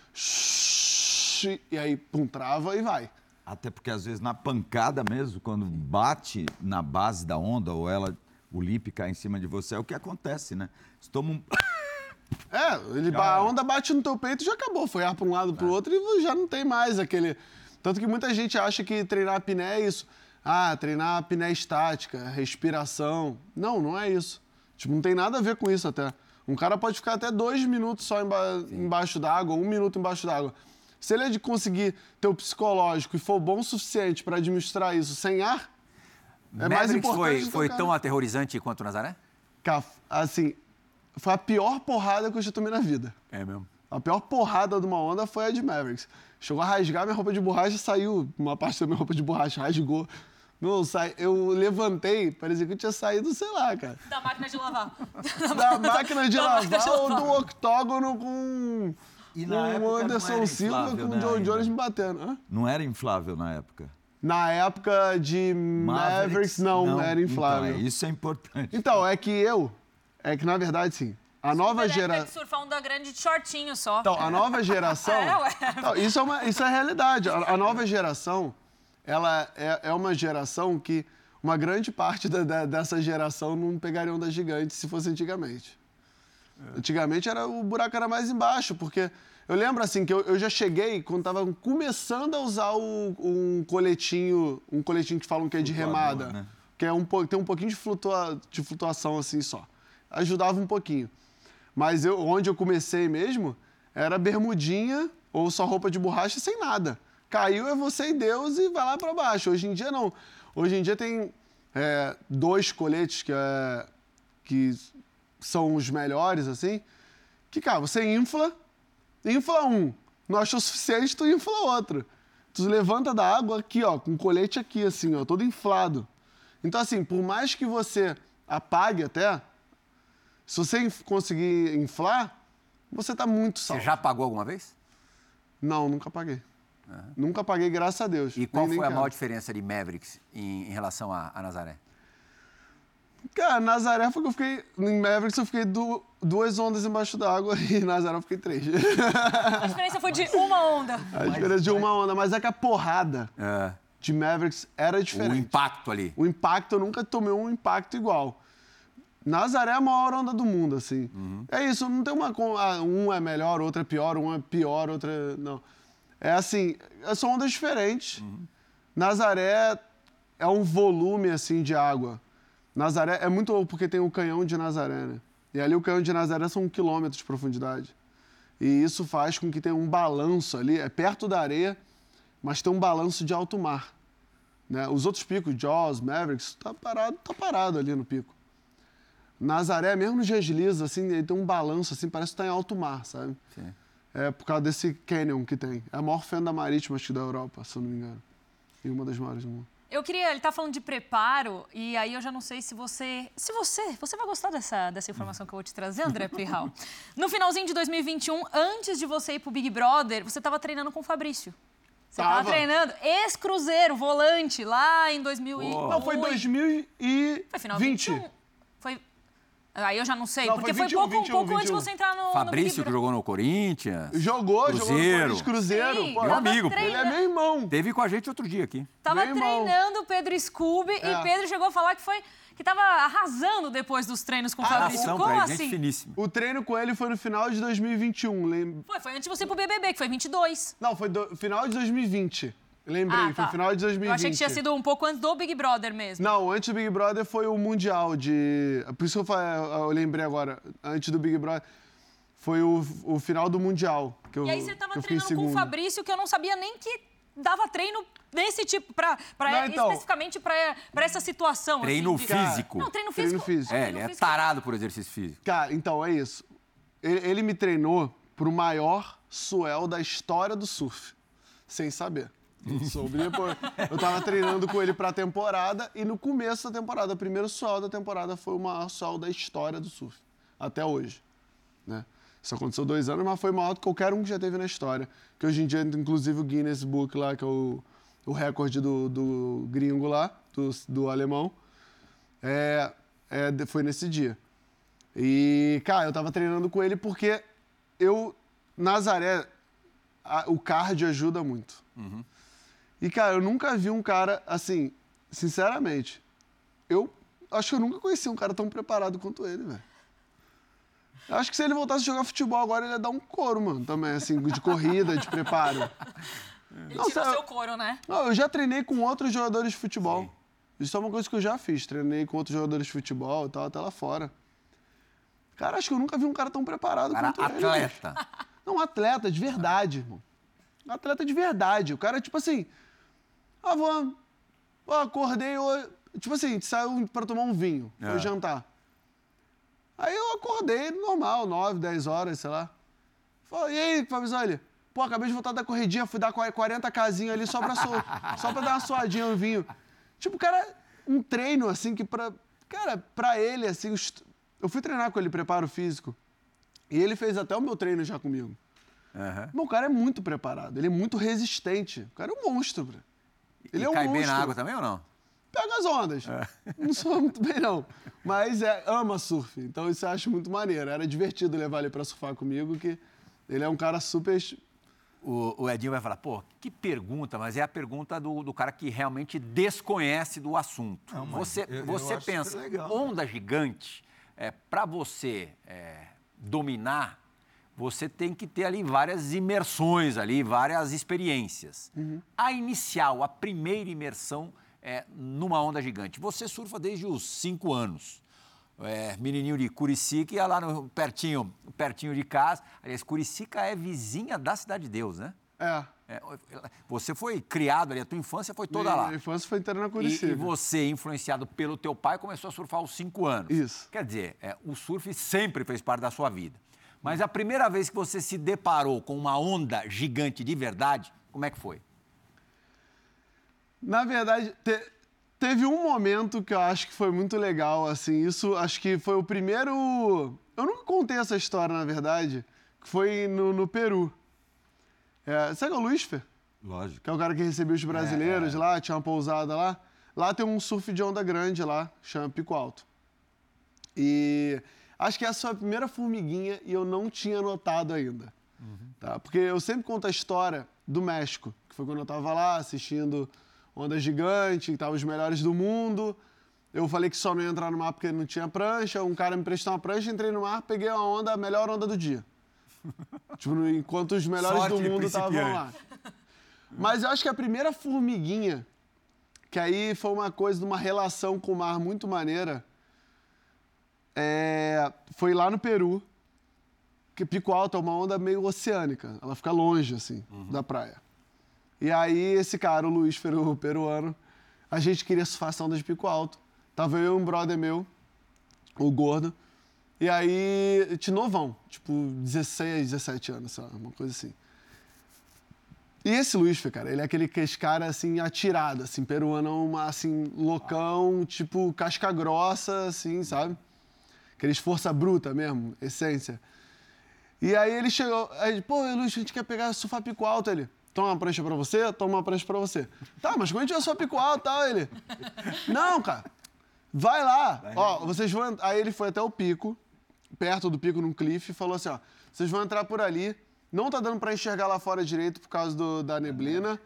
e aí, pum, trava e vai. Até porque, às vezes, na pancada mesmo, quando bate na base da onda, ou ela, o lip cai em cima de você, é o que acontece, né? Você toma um... É, ele, a onda bate no teu peito e já acabou. Foi ar para um lado, para o outro e já não tem mais aquele... Tanto que muita gente acha que treinar apneia é isso. Ah, treinar apneia estática, respiração. Não, não é isso. Tipo, não tem nada a ver com isso até. Um cara pode ficar até dois minutos só emba embaixo d'água, um minuto embaixo d'água. Se ele é de conseguir ter o psicológico e for bom o suficiente para administrar isso sem ar, é mais importante. Foi, foi tão aterrorizante quanto o Nazaré? Assim, foi a pior porrada que eu já tomei na vida. É mesmo? A pior porrada de uma onda foi a de Mavericks. Chegou a rasgar minha roupa de borracha, saiu uma parte da minha roupa de borracha, rasgou. Não, sai, eu levantei, parecia que eu tinha saído, sei lá, cara. Da máquina de lavar. Da máquina de da lavar máquina de ou lavar. do octógono com, e com na o Anderson Silva, inflável, com o né, John ainda. Jones me batendo. Hã? Não era inflável na época? Na época de Mavericks, Mavericks não, não, era inflável. Então, é, isso é importante. Então, é que eu, é que na verdade, sim, a nova geração... surfar onda grande de shortinho só. Então, a nova geração... é, ué. Então, isso, é uma, isso é a realidade. A, a nova geração, ela é, é uma geração que uma grande parte da, da, dessa geração não pegaria onda gigante se fosse antigamente. É. Antigamente era, o buraco era mais embaixo, porque Eu lembro, assim, que eu, eu já cheguei, quando tava começando a usar o, um coletinho, um coletinho que falam que é de Flutuador, remada, né? que é um, tem um pouquinho de, flutua, de flutuação, assim, só. Ajudava um pouquinho. Mas eu, onde eu comecei mesmo, era bermudinha ou só roupa de borracha sem nada. Caiu é você e Deus e vai lá para baixo. Hoje em dia, não. Hoje em dia tem é, dois coletes que, é, que são os melhores, assim, que, cara, você infla... Infla um, não achou o suficiente, tu infla outro. Tu levanta da água aqui, ó, com o colete aqui, assim, ó, todo inflado. Então, assim, por mais que você apague até, se você conseguir inflar, você tá muito salvo. Você já apagou alguma vez? Não, nunca apaguei. Uhum. Nunca apaguei, graças a Deus. E qual nem, foi nem a quero. maior diferença de Mavericks em, em relação a, a Nazaré? Cara, Nazaré foi que eu fiquei... Em Mavericks eu fiquei du, duas ondas embaixo d'água e em Nazaré eu fiquei três. A diferença foi de uma onda. A diferença de uma onda, mas é que a porrada É, de Mavericks era diferente. o impacto ali. O impacto, eu nunca tomei um impacto igual. Nazaré é a maior onda do mundo, assim. Uhum. É isso, não tem uma... Ah, um é melhor, outro é pior, um é pior, outro é... Não. É assim, são ondas diferentes. Uhum. Nazaré é um volume, assim, de água. Nazaré é muito louco porque tem o canhão de Nazaré, né? E ali o canhão de Nazaré são um quilômetro de profundidade. E isso faz com que tenha um balanço ali, é perto da areia, mas tem um balanço de alto mar. Né? Os outros picos, Jaws, Mavericks, tá parado, tá parado ali no pico. Nazaré, mesmo nos dias lisos, assim, ele tem um balanço, assim, parece que tá em alto mar, sabe? Sim. É por causa desse canyon que tem. É a maior fenda marítima, acho que da Europa, se eu não me engano. E uma das maiores do mundo. Eu queria, ele tá falando de preparo, e aí eu já não sei se você... Se você... Você vai gostar dessa, dessa informação que eu vou te trazer, André Prihal. No finalzinho de dois mil e vinte e um, antes de você ir pro Big Brother, você tava treinando com o Fabrício. Você tava, tava treinando ex-Cruzeiro, volante, lá em dois mil e... Oh. Não, foi dois mil e vinte. Foi final vinte e um. Foi... Aí eu já não sei, não, porque foi, vinte e um, foi pouco, vinte e um, um pouco vinte e um. antes de você entrar no Fabrício, no que jogou no Corinthians. Jogou, Cruzeiro. jogou no Corinthians, Cruzeiro. Sim, pô, meu amigo, treina... ele é meu irmão. Teve com a gente outro dia aqui. Tava meu irmão. treinando o Pedro Scooby É. e Pedro chegou a falar que foi que tava arrasando depois dos treinos com o Fabrício. Ação Como pra ele, assim? gente finíssima. O treino com ele foi no final de dois mil e vinte e um. Lem... Foi, foi antes de você ir pro B B B, que foi vinte e dois. Não, foi do... final de dois mil e vinte. Lembrei, Ah, tá. foi final de dois mil e vinte. Eu achei que tinha sido um pouco antes do Big Brother mesmo. Não, antes do Big Brother foi o Mundial de... Por isso que eu, falei, eu lembrei agora, antes do Big Brother, foi o, o final do Mundial. Que eu, E aí você tava que eu fiquei treinando com o segundo. Fabrício, que eu não sabia nem que dava treino desse tipo, pra, pra, Não, então- especificamente pra, pra essa situação. Treino assim, de- físico. Não, treino Treino físico. físico. É, treino ele é físico. tarado por exercício físico. Cara, então, é isso. Ele, ele me treinou pro maior suel da história do surf, sem saber. Eu soube depois. Eu tava treinando com ele pra temporada e no começo da temporada, o primeiro suel da temporada foi o maior suel da história do surf, até hoje, né? Isso aconteceu dois anos, mas foi maior do que qualquer um que já teve na história. Que hoje em dia, inclusive, o Guinness Book lá, que é o, o recorde do, do gringo lá, do, do alemão, é, é, foi nesse dia. E, cara, eu tava treinando com ele porque eu, Nazaré, a, o cardio ajuda muito. Uhum. E, cara, eu nunca vi um cara, assim, sinceramente, eu acho que eu nunca conheci um cara tão preparado quanto ele, velho. Eu acho que se ele voltasse a jogar futebol agora, ele ia dar um couro, mano, também, assim, de corrida, de preparo. Ele Não, tirou sabe- seu couro, né? Não, eu já treinei com outros jogadores de futebol. Isso é uma coisa que eu já fiz. Treinei com outros jogadores de futebol e tal, até lá fora. Cara, acho que eu nunca vi um cara tão preparado Cara, quanto ele. atleta. Não, atleta de verdade, irmão. Atleta de verdade. O cara, tipo assim... Ah, vou... Ah, acordei hoje... Tipo assim, saiu pra tomar um vinho. Foi É. jantar. Aí eu acordei normal, nove, dez horas, sei lá. Falei, e aí, Fabrício, olha... Pô, acabei de voltar da corridinha, fui dar quarenta casinhas ali só pra, so... só pra dar uma suadinha no vinho. Tipo, cara, um treino, assim, que pra... Cara, pra ele, assim... os- Eu fui treinar com ele, preparo físico. E ele fez até o meu treino já comigo. Uhum. Bom, o cara é muito preparado, ele é muito resistente. O cara é um monstro, bro. Ele e é um cai monstro. bem na água também ou não? Pega as ondas. Não sou muito bem, não. Mas é, ama surf. Então isso eu acho muito maneiro. Era divertido levar ele pra surfar comigo, que ele é um cara super... O, o Edinho vai falar, pô, que pergunta, mas é a pergunta do, do cara que realmente desconhece do assunto. Não, mas você eu- eu você acho pensa, isso legal. onda gigante, é, para você é, dominar, você tem que ter ali várias imersões ali, várias experiências. Uhum. A inicial, a primeira imersão é numa onda gigante. Você surfa desde os cinco anos. É, menininho de Curicica, ia lá no, pertinho, pertinho de casa. Aliás, Curicica é vizinha da Cidade de Deus, né? É. É, você foi criado ali, a tua infância foi toda Minha lá. Minha infância foi inteira na Curicica. E, e você, influenciado pelo teu pai, começou a surfar aos cinco anos. Isso. Quer dizer, é, o surf sempre fez parte da sua vida. Mas a primeira vez que você se deparou com uma onda gigante de verdade, como é que foi? Na verdade, te, teve um momento que eu acho que foi muito legal, assim, isso acho que foi o primeiro... Eu nunca contei essa história, na verdade, que foi no, no Peru. É, sabe o Luísfer? Lógico. Que é o cara que recebeu os brasileiros é, é. lá, tinha uma pousada lá. Lá tem um surf de onda grande lá, chama Pico Alto. E acho que essa foi a primeira formiguinha e eu não tinha notado ainda. Uhum. Tá? Porque eu sempre conto a história do México, que foi quando eu estava lá assistindo Onda Gigante, que estavam os melhores do mundo. Eu falei que só não ia entrar no mar porque não tinha prancha. Um cara me prestou uma prancha, entrei no mar, peguei a onda, a melhor onda do dia. Tipo, enquanto os melhores Sorte do mundo estavam lá. Mas eu acho que a primeira formiguinha, que aí foi uma coisa de uma relação com o mar muito maneira, é, foi lá no Peru, que Pico Alto é uma onda meio oceânica, ela fica longe, assim, uhum. da praia. E aí esse cara, o Luiz, o peruano, a gente queria surfar essa onda de Pico Alto. Tava eu e um brother meu, o Gordo, e aí, de novão, tipo, dezesseis, dezessete anos, sei lá, uma coisa assim. E esse Luiz, cara, ele é aquele esse cara, assim, atirado, assim, peruano, uma, assim, loucão, tipo, casca grossa, assim, sabe? Aqueles força bruta mesmo, essência. E aí ele chegou, aí, pô, Luiz, a gente quer pegar, surfar Pico Alto, ele... Toma uma prancha pra você, toma uma prancha pra você. Tá, mas como a gente vai surfar Pico Alto e tal, ele... Não, cara, vai lá. Vai, ó, vocês vão... Aí ele foi até o pico, perto do pico, num cliff, e falou assim, ó, vocês vão entrar por ali, não tá dando pra enxergar lá fora direito por causa do, da neblina,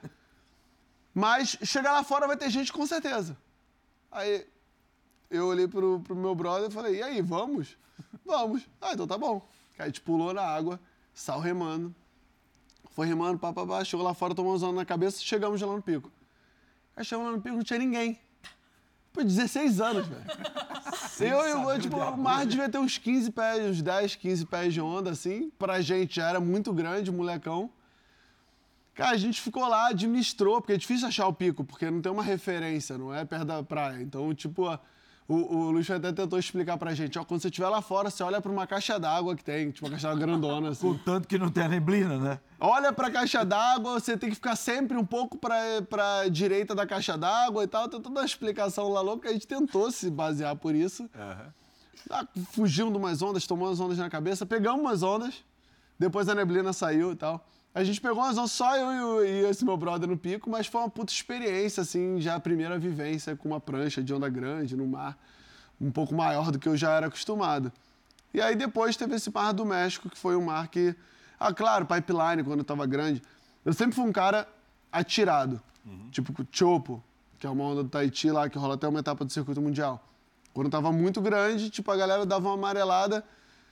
mas chegar lá fora vai ter gente com certeza. Aí eu olhei pro, pro meu brother e falei, e aí, vamos? Vamos. Ah, então tá bom. Aí a gente pulou na água, sal remando, foi remando, pá, pá, pá, chegou lá fora, tomou uma zona na cabeça, chegamos lá no pico. Aí chegamos lá no pico, não tinha ninguém. Pô, dezesseis anos, velho. Eu, eu, tipo, o mar devia ter uns quinze pés, uns dez, quinze pés de onda, assim. Pra gente já era muito grande, molecão. Cara, a gente ficou lá, administrou, porque é difícil achar o pico, porque não tem uma referência, não é perto da praia. Então, tipo, o, o Luiz até tentou explicar pra gente, ó, quando você estiver lá fora, você olha pra uma caixa d'água que tem, tipo, uma caixa d'água grandona, assim. Contanto que não tem a neblina, né? Olha pra caixa d'água, você tem que ficar sempre um pouco pra, pra direita da caixa d'água e tal. Tem toda uma explicação lá louca, a gente tentou se basear por isso. Uhum. Ah, fugimos de umas ondas, tomamos umas ondas na cabeça, pegamos umas ondas, depois a neblina saiu e tal. A gente pegou umas ondas, só eu e esse meu brother no pico, mas foi uma puta experiência, assim, já a primeira vivência com uma prancha de onda grande no mar, um pouco maior do que eu já era acostumado. E aí depois teve esse mar do México, que foi um mar que... Ah, claro, pipeline, quando eu tava grande. Eu sempre fui um cara atirado. Uhum. Tipo o Chopo, que é uma onda do Tahiti lá, que rola até uma etapa do circuito mundial. Quando eu tava muito grande, tipo, a galera dava uma amarelada.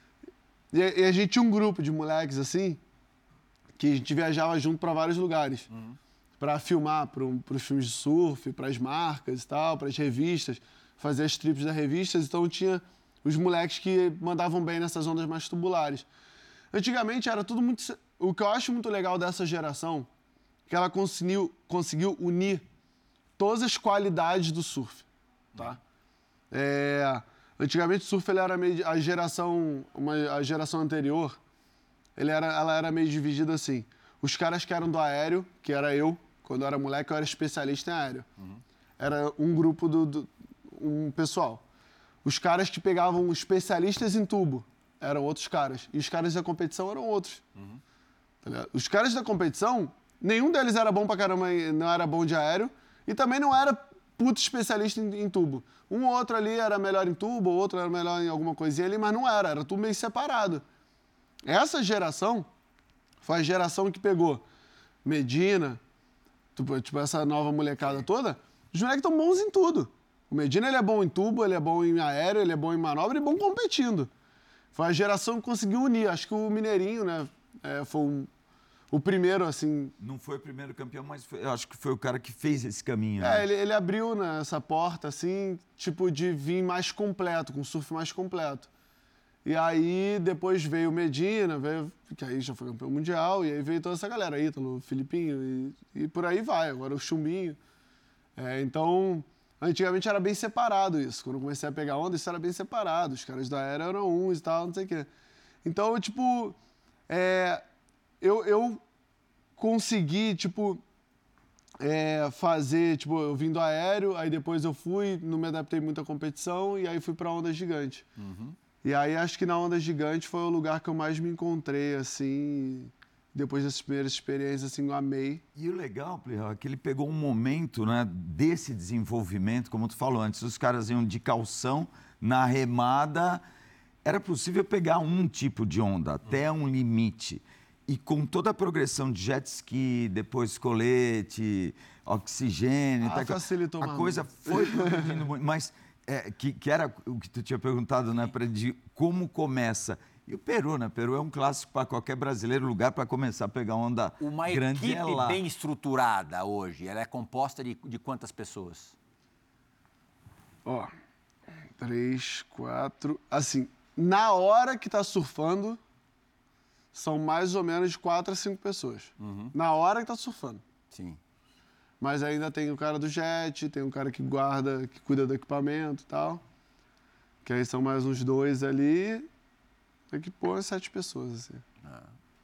E, e a gente tinha um grupo de moleques, assim, que a gente viajava junto pra vários lugares. Uhum. Pra filmar pro, pros filmes de surf, pras marcas e tal, pras revistas. Fazer as trips das revistas. Então tinha os moleques que mandavam bem nessas ondas mais tubulares. Antigamente era tudo muito... O que eu acho muito legal dessa geração é que ela conseguiu, conseguiu unir todas as qualidades do surf, tá? É, antigamente o surf ele era meio... A geração, uma, a geração anterior, ele era, ela era meio dividida assim. Os caras que eram do aéreo, que era eu, quando eu era moleque, eu era especialista em aéreo. Uhum. Era um grupo do, do... um pessoal. Os caras que pegavam especialistas em tubo, eram outros caras. E os caras da competição eram outros. Uhum. Tá os caras da competição, nenhum deles era bom pra caramba, não era bom de aéreo. E também não era puto especialista em, em tubo. Um ou outro ali era melhor em tubo, o outro era melhor em alguma coisinha ali, mas não era. Era tudo meio separado. Essa geração foi a geração que pegou Medina, tipo, tipo essa nova molecada toda. Os moleques estão bons em tudo. O Medina ele é bom em tubo, ele é bom em aéreo, ele é bom em manobra e bom competindo. foi a geração que conseguiu unir. Acho que o Mineirinho, né, é, foi um, o primeiro, assim... Não foi o primeiro campeão, mas foi, eu acho que foi o cara que fez esse caminho. É, né? ele, ele abriu né, essa porta, assim, tipo, de vir mais completo, com surf mais completo. E aí, depois veio o Medina, veio, que aí já foi campeão mundial, e aí veio toda essa galera, Ítalo, Filipinho, e, e por aí vai, agora o Chumbinho. É, então, antigamente era bem separado isso. Quando eu comecei a pegar onda, isso era bem separado. Os caras da era eram uns e tal, não sei o quê. Então, tipo, é, eu, eu consegui, tipo, é, fazer, tipo, eu vim do aéreo, aí depois eu fui, não me adaptei muito à competição, e aí fui pra onda gigante. Uhum. E aí acho que na onda gigante foi o lugar que eu mais me encontrei, assim, depois dessas primeiras experiências, assim, eu amei. E o legal, Plihal, é que ele pegou um momento, né, desse desenvolvimento, como tu falou antes, os caras iam de calção, na remada, era possível pegar um tipo de onda, até um limite. E com toda a progressão de jet ski, depois colete, oxigênio... Ah, tá, facilitou a mais coisa muito. foi progredindo muito, mas... É, que, que era o que tu tinha perguntado, né, pra, de como começa. E o Peru, né? Peru é um clássico para qualquer brasileiro, lugar para começar a pegar onda Uma grande equipe é lá. bem estruturada hoje, ela é composta de, de quantas pessoas? Ó, três, quatro... Assim, na hora que tá surfando, são mais ou menos de quatro a cinco pessoas. Uhum. Na hora que tá surfando. Sim. Mas ainda tem o cara do jet, tem o cara que guarda, que cuida do equipamento e tal. Que aí são mais uns dois ali. Tem que pôr sete pessoas, assim. Ah.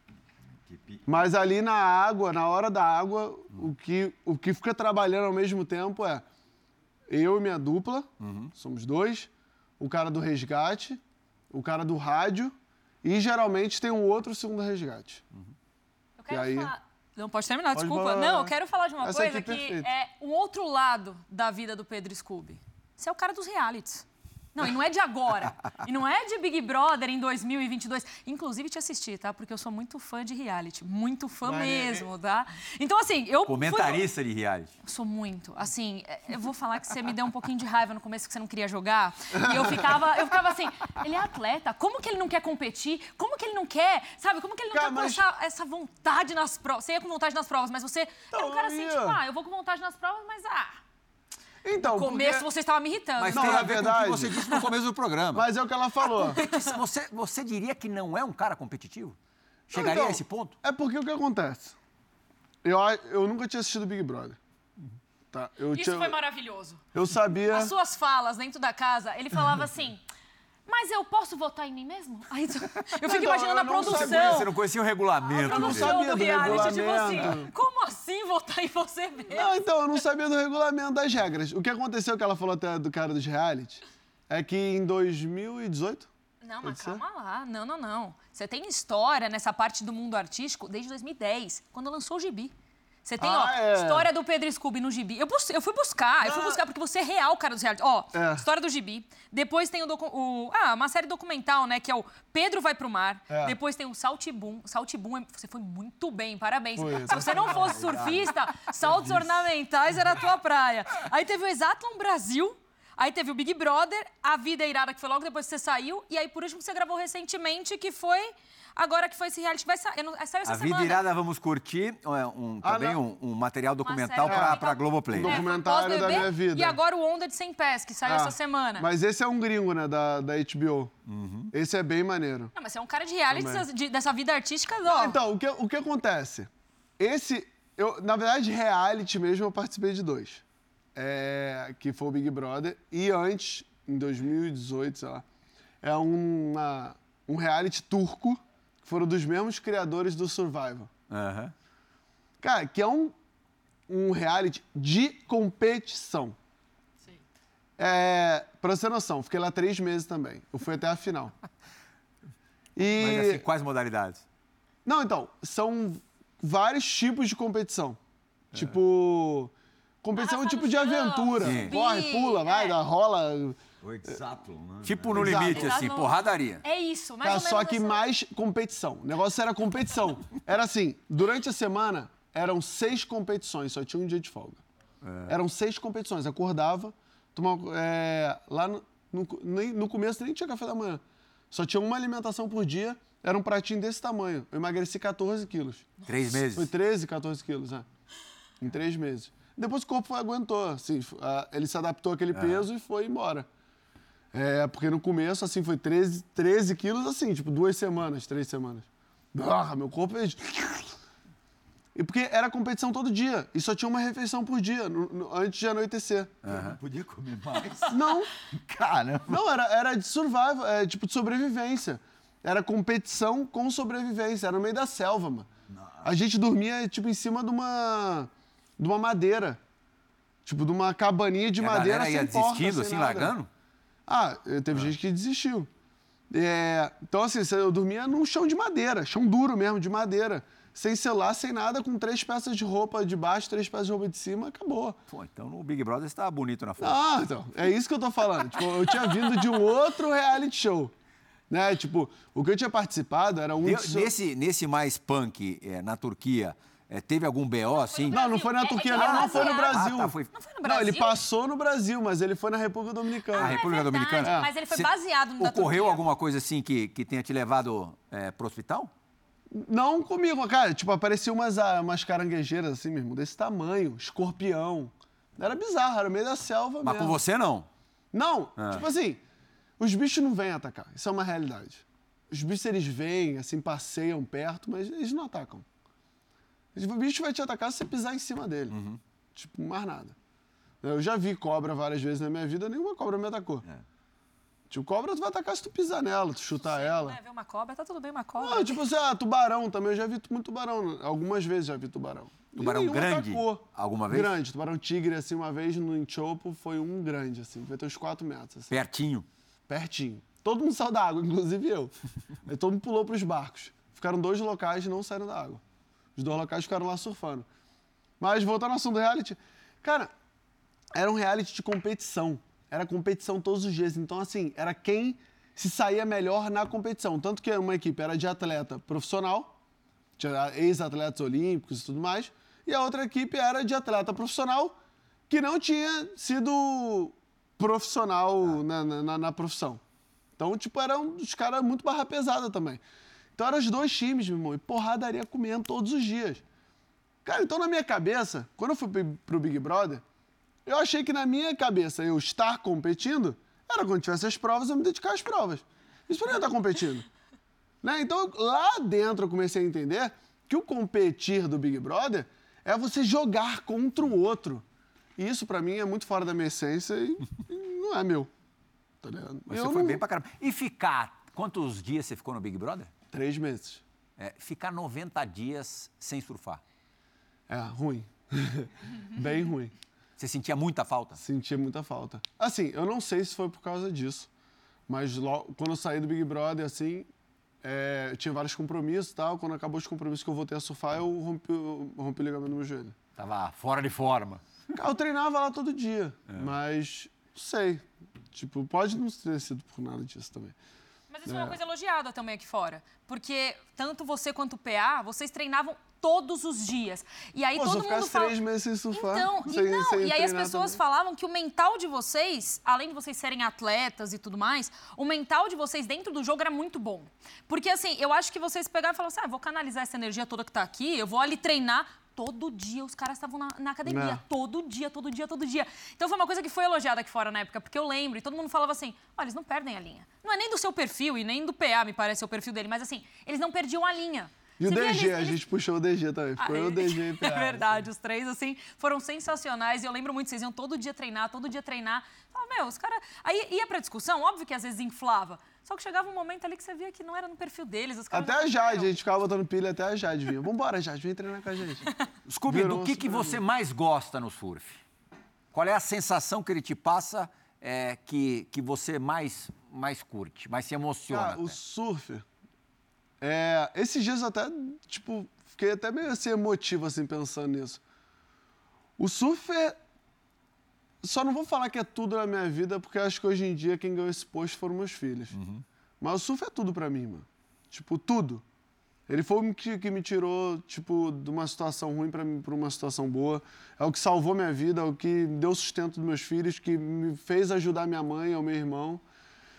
Mas ali na água, na hora da água, hum. o, que, o que fica trabalhando ao mesmo tempo é eu e minha dupla, uhum. somos dois, o cara do resgate, o cara do rádio e geralmente tem um outro segundo resgate. Uhum. Eu quero e aí... falar... Não, pode terminar, pode desculpa. falar. Não, eu quero falar de uma Essa coisa que perfeito. é um outro lado da vida do Pedro Scooby. Você é o cara dos realities. Não, e não é de agora. E não é de Big Brother em dois mil e vinte e dois. Inclusive, te assisti, tá? Porque eu sou muito fã de reality. Muito fã Mas mesmo, é... tá? Então, assim, eu... Comentarista fui... de reality. Sou muito. Assim, eu vou falar que você me deu um pouquinho de raiva no começo, que você não queria jogar. E eu ficava, eu ficava assim, ele é atleta, como que ele não quer competir? Como que ele não quer, sabe? Como que ele não cara, quer mas... essa, essa vontade nas provas? Você ia com vontade nas provas, mas você então, é um cara assim, tipo, ah, eu vou com vontade nas provas, mas ah... Então, no começo porque... você estava me irritando. Mas não, tem na a ver verdade... com o que você disse no começo do programa. Mas é o que ela falou. Você, você diria que não é um cara competitivo? Chegaria então, a esse ponto? É porque o que acontece? Eu, eu nunca tinha assistido Big Brother. Tá? Eu Isso tinha... foi maravilhoso. Eu sabia... As suas falas dentro da casa, ele falava assim... Mas eu posso votar em mim mesmo? Aí, eu fico então, imaginando eu a produção. Sabia, você não conhecia o regulamento. A produção não sabia do do reality, tipo regulamento. assim, como assim votar em você mesmo? Não, então, eu não sabia do regulamento das regras. O que aconteceu, que ela falou até do cara dos reality, é que em dois mil e dezoito... Não, mas calma lá. Não, não, não. Você tem história nessa parte do mundo artístico desde dois mil e dez, quando lançou o Gibi. Você tem, ah, ó, é. história do Pedro Scooby no Gibi. Eu, bus eu fui buscar, ah. eu fui buscar porque você é real, cara, dos reality. Ó, é. história do Gibi. Depois tem o, o... Ah, uma série documental, né, que é o Pedro Vai Pro Mar. É. Depois tem o Saltibum. Saltibum, você foi muito bem, parabéns. Foi, Se você não fosse surfista, saltos ornamentais era a tua praia. Aí teve o Exatlon Brasil. Aí teve o Big Brother, A Vida é Irada, que foi logo depois que você saiu. E aí, por último, você gravou recentemente, que foi... Agora que foi esse reality, vai sair, não, saiu essa a semana. A Vida Irada, vamos curtir, um, ah, também um, um material documental para a Globoplay. Um documentário é, da minha vida. E agora o Onda de Cem Pés, que saiu ah, essa semana. Mas esse é um gringo, né, da, da H B O. Uhum. Esse é bem maneiro. Não, mas você é um cara de reality de, dessa vida artística, ó. Então, o que, o que acontece? Esse, eu, na verdade, reality mesmo, eu participei de dois. É, que foi o Big Brother. E antes, em dois mil e dezoito, sei lá, é uma, um reality turco, que foram dos mesmos criadores do Survival. Uhum. Cara, que é um, um reality de competição. Sim. É, pra você ter noção, fiquei lá três meses também. Eu fui até a final. E... Mas assim, quais modalidades? Não, então, são vários tipos de competição. É. Tipo... Competição é um tipo de aventura. Sim. Corre, pula, vai, é. dá, rola... O Exatlon, né? Tipo no Exato. limite, assim, porradaria. É isso, mais tá, ou menos. Só que essa... mais competição. O negócio era competição. Era assim, durante a semana, eram seis competições, só tinha um dia de folga. É. Eram seis competições. Acordava, tomava... É, lá no, no, no começo nem tinha café da manhã. Só tinha uma alimentação por dia, era um pratinho desse tamanho. Eu emagreci quatorze quilos. Três meses? Foi treze, quatorze quilos, né? Em três meses. Depois o corpo aguentou, assim, ele se adaptou àquele peso e foi embora. É, porque no começo, assim, foi treze, treze quilos, assim, tipo, duas semanas, três semanas. Ah, meu corpo fez... E porque era competição todo dia. E só tinha uma refeição por dia, no, no, antes de anoitecer. Uhum. Não podia comer mais? Não. Caramba. Não, era, era de survival, é, tipo de sobrevivência. Era competição com sobrevivência. Era no meio da selva, mano. Nossa. A gente dormia, tipo, em cima de uma, de uma madeira. Tipo, de uma cabaninha de e madeira a sem ia porta, desistindo, sem assim, nada. largando? Ah, teve ah. gente que desistiu. É, então, assim, eu dormia num chão de madeira. Chão duro mesmo, de madeira. Sem celular, sem nada, com três peças de roupa de baixo, três peças de roupa de cima, acabou. Pô, então no Big Brother você tava bonito na foto. Ah, então, é isso que eu tô falando. Tipo, eu tinha vindo de um outro reality show. Né? Tipo, o que eu tinha participado era um... Deu, nesse, nesse mais punk, é, na Turquia, é, teve algum B O assim? Não, não foi na Turquia, não, não foi no Brasil. Ah, tá, foi... Não foi no Brasil? Não, ele passou no Brasil, mas ele foi na República Dominicana. Ah, República é verdade, Dominicana? Mas ele foi Cê, baseado no da Ocorreu Turquia. alguma coisa assim que, que tenha te levado é, pro hospital? Não comigo, cara. Tipo, apareciam umas, umas caranguejeiras assim mesmo, desse tamanho, escorpião. Era bizarro, era no meio da selva Mas mesmo. com você não? Não, Ah. tipo assim, os bichos não vêm atacar, isso é uma realidade. Os bichos, eles vêm, assim, passeiam perto, mas eles não atacam. O bicho vai te atacar se você pisar em cima dele. Uhum. Tipo, mais nada. Eu já vi cobra várias vezes na minha vida, nenhuma cobra me atacou. É. Tipo, cobra tu vai atacar se tu pisar nela, tu chutar ela. É, ver uma cobra, tá tudo bem, uma cobra. Não, tipo assim, ah, tubarão também, eu já vi muito tubarão. Algumas vezes já vi tubarão. Tubarão E nenhum grande? atacou. Alguma vez? Grande. Tubarão tigre, assim, uma vez no Enchopo, foi um grande, assim. Devia ter uns quatro metros, assim. Pertinho? Pertinho. Todo mundo saiu da água, inclusive eu. Aí todo mundo pulou pros barcos. Ficaram dois locais e não saíram da água. Os dois locais ficaram lá surfando. Mas, voltando ao assunto do reality, cara, era um reality de competição. Era competição todos os dias. Então, assim, era quem se saía melhor na competição. Tanto que uma equipe era de atleta profissional, tinha ex-atletas olímpicos e tudo mais, e a outra equipe era de atleta profissional que não tinha sido profissional na, na, na profissão. Então, tipo, eram os caras muito barra pesada também. Então, eram os dois times, meu irmão, e porradaria comendo todos os dias. Cara, então, na minha cabeça, quando eu fui pro Big Brother, eu achei que na minha cabeça eu estar competindo era quando tivesse as provas, eu me dedicar às provas. Isso pra mim eu estar competindo. Né? Então, lá dentro eu comecei a entender que o competir do Big Brother é você jogar contra o outro. E isso pra mim é muito fora da minha essência e, e não é meu. Tá ligado? Mas eu você foi não... bem pra caramba. E ficar, quantos dias você ficou no Big Brother? Três meses. É, ficar noventa dias sem surfar. É, ruim. Bem ruim. Você sentia muita falta? Sentia muita falta. Assim, eu não sei se foi por causa disso, mas logo, quando eu saí do Big Brother, assim, é, eu tinha vários compromissos e tal. Quando acabou os compromissos que eu voltei a surfar, eu rompi, eu rompi o ligamento no meu joelho. Tava fora de forma. Eu treinava lá todo dia, é. mas não sei. Tipo, pode não ter sido por nada disso também. Mas isso é uma coisa elogiada também aqui fora. Porque tanto você quanto o P A, vocês treinavam todos os dias. E aí Pô, todo se eu mundo ficasse fala... três meses sem surfar, Então, sem, e, não, sem e aí as treinar pessoas também. falavam que o mental de vocês, além de vocês serem atletas e tudo mais, o mental de vocês dentro do jogo era muito bom. Porque assim, eu acho que vocês pegaram e falaram assim, ah, vou canalizar essa energia toda que tá aqui, eu vou ali treinar. Todo dia os caras estavam na, na academia. É. Todo dia, todo dia, todo dia. Então foi uma coisa que foi elogiada aqui fora na época, porque eu lembro, e todo mundo falava assim, olha, eles não perdem a linha. Não é nem do seu perfil e nem do P A, me parece, o perfil dele, mas assim, eles não perdiam a linha. E o Você D via G, eles- a eles- gente puxou o D G também. Ficou Ah, eu, o D G e o P A. É verdade, os três, assim, foram sensacionais. E eu lembro muito, vocês iam todo dia treinar, todo dia treinar. Falava, meu, os caras... Aí ia pra discussão, óbvio que às vezes inflava. Só que chegava um momento ali que você via que não era no perfil deles. Os caras Até não a Jade, a conseguiam. gente ficava botando pilha até a Jade vinha. Vambora, Jade, vem treinar com a gente. Scooby, Virou do um que, que super você amigo. mais gosta no surf? Qual é a sensação que ele te passa é, que, que você mais, mais curte, mais se emociona? Cara, o até? surf... É, esses dias eu até, tipo, fiquei até meio assim emotivo, assim, pensando nisso. O surf é... Só não vou falar que é tudo na minha vida, porque eu acho que hoje em dia quem ganhou esse posto foram meus filhos. Mas o surf é tudo pra mim, mano. Tipo, tudo. Ele foi o que, que me tirou, tipo, de uma situação ruim pra, mim- pra uma situação boa. É o que salvou minha vida, é o que deu sustento dos meus filhos, que me fez ajudar minha mãe ou meu irmão.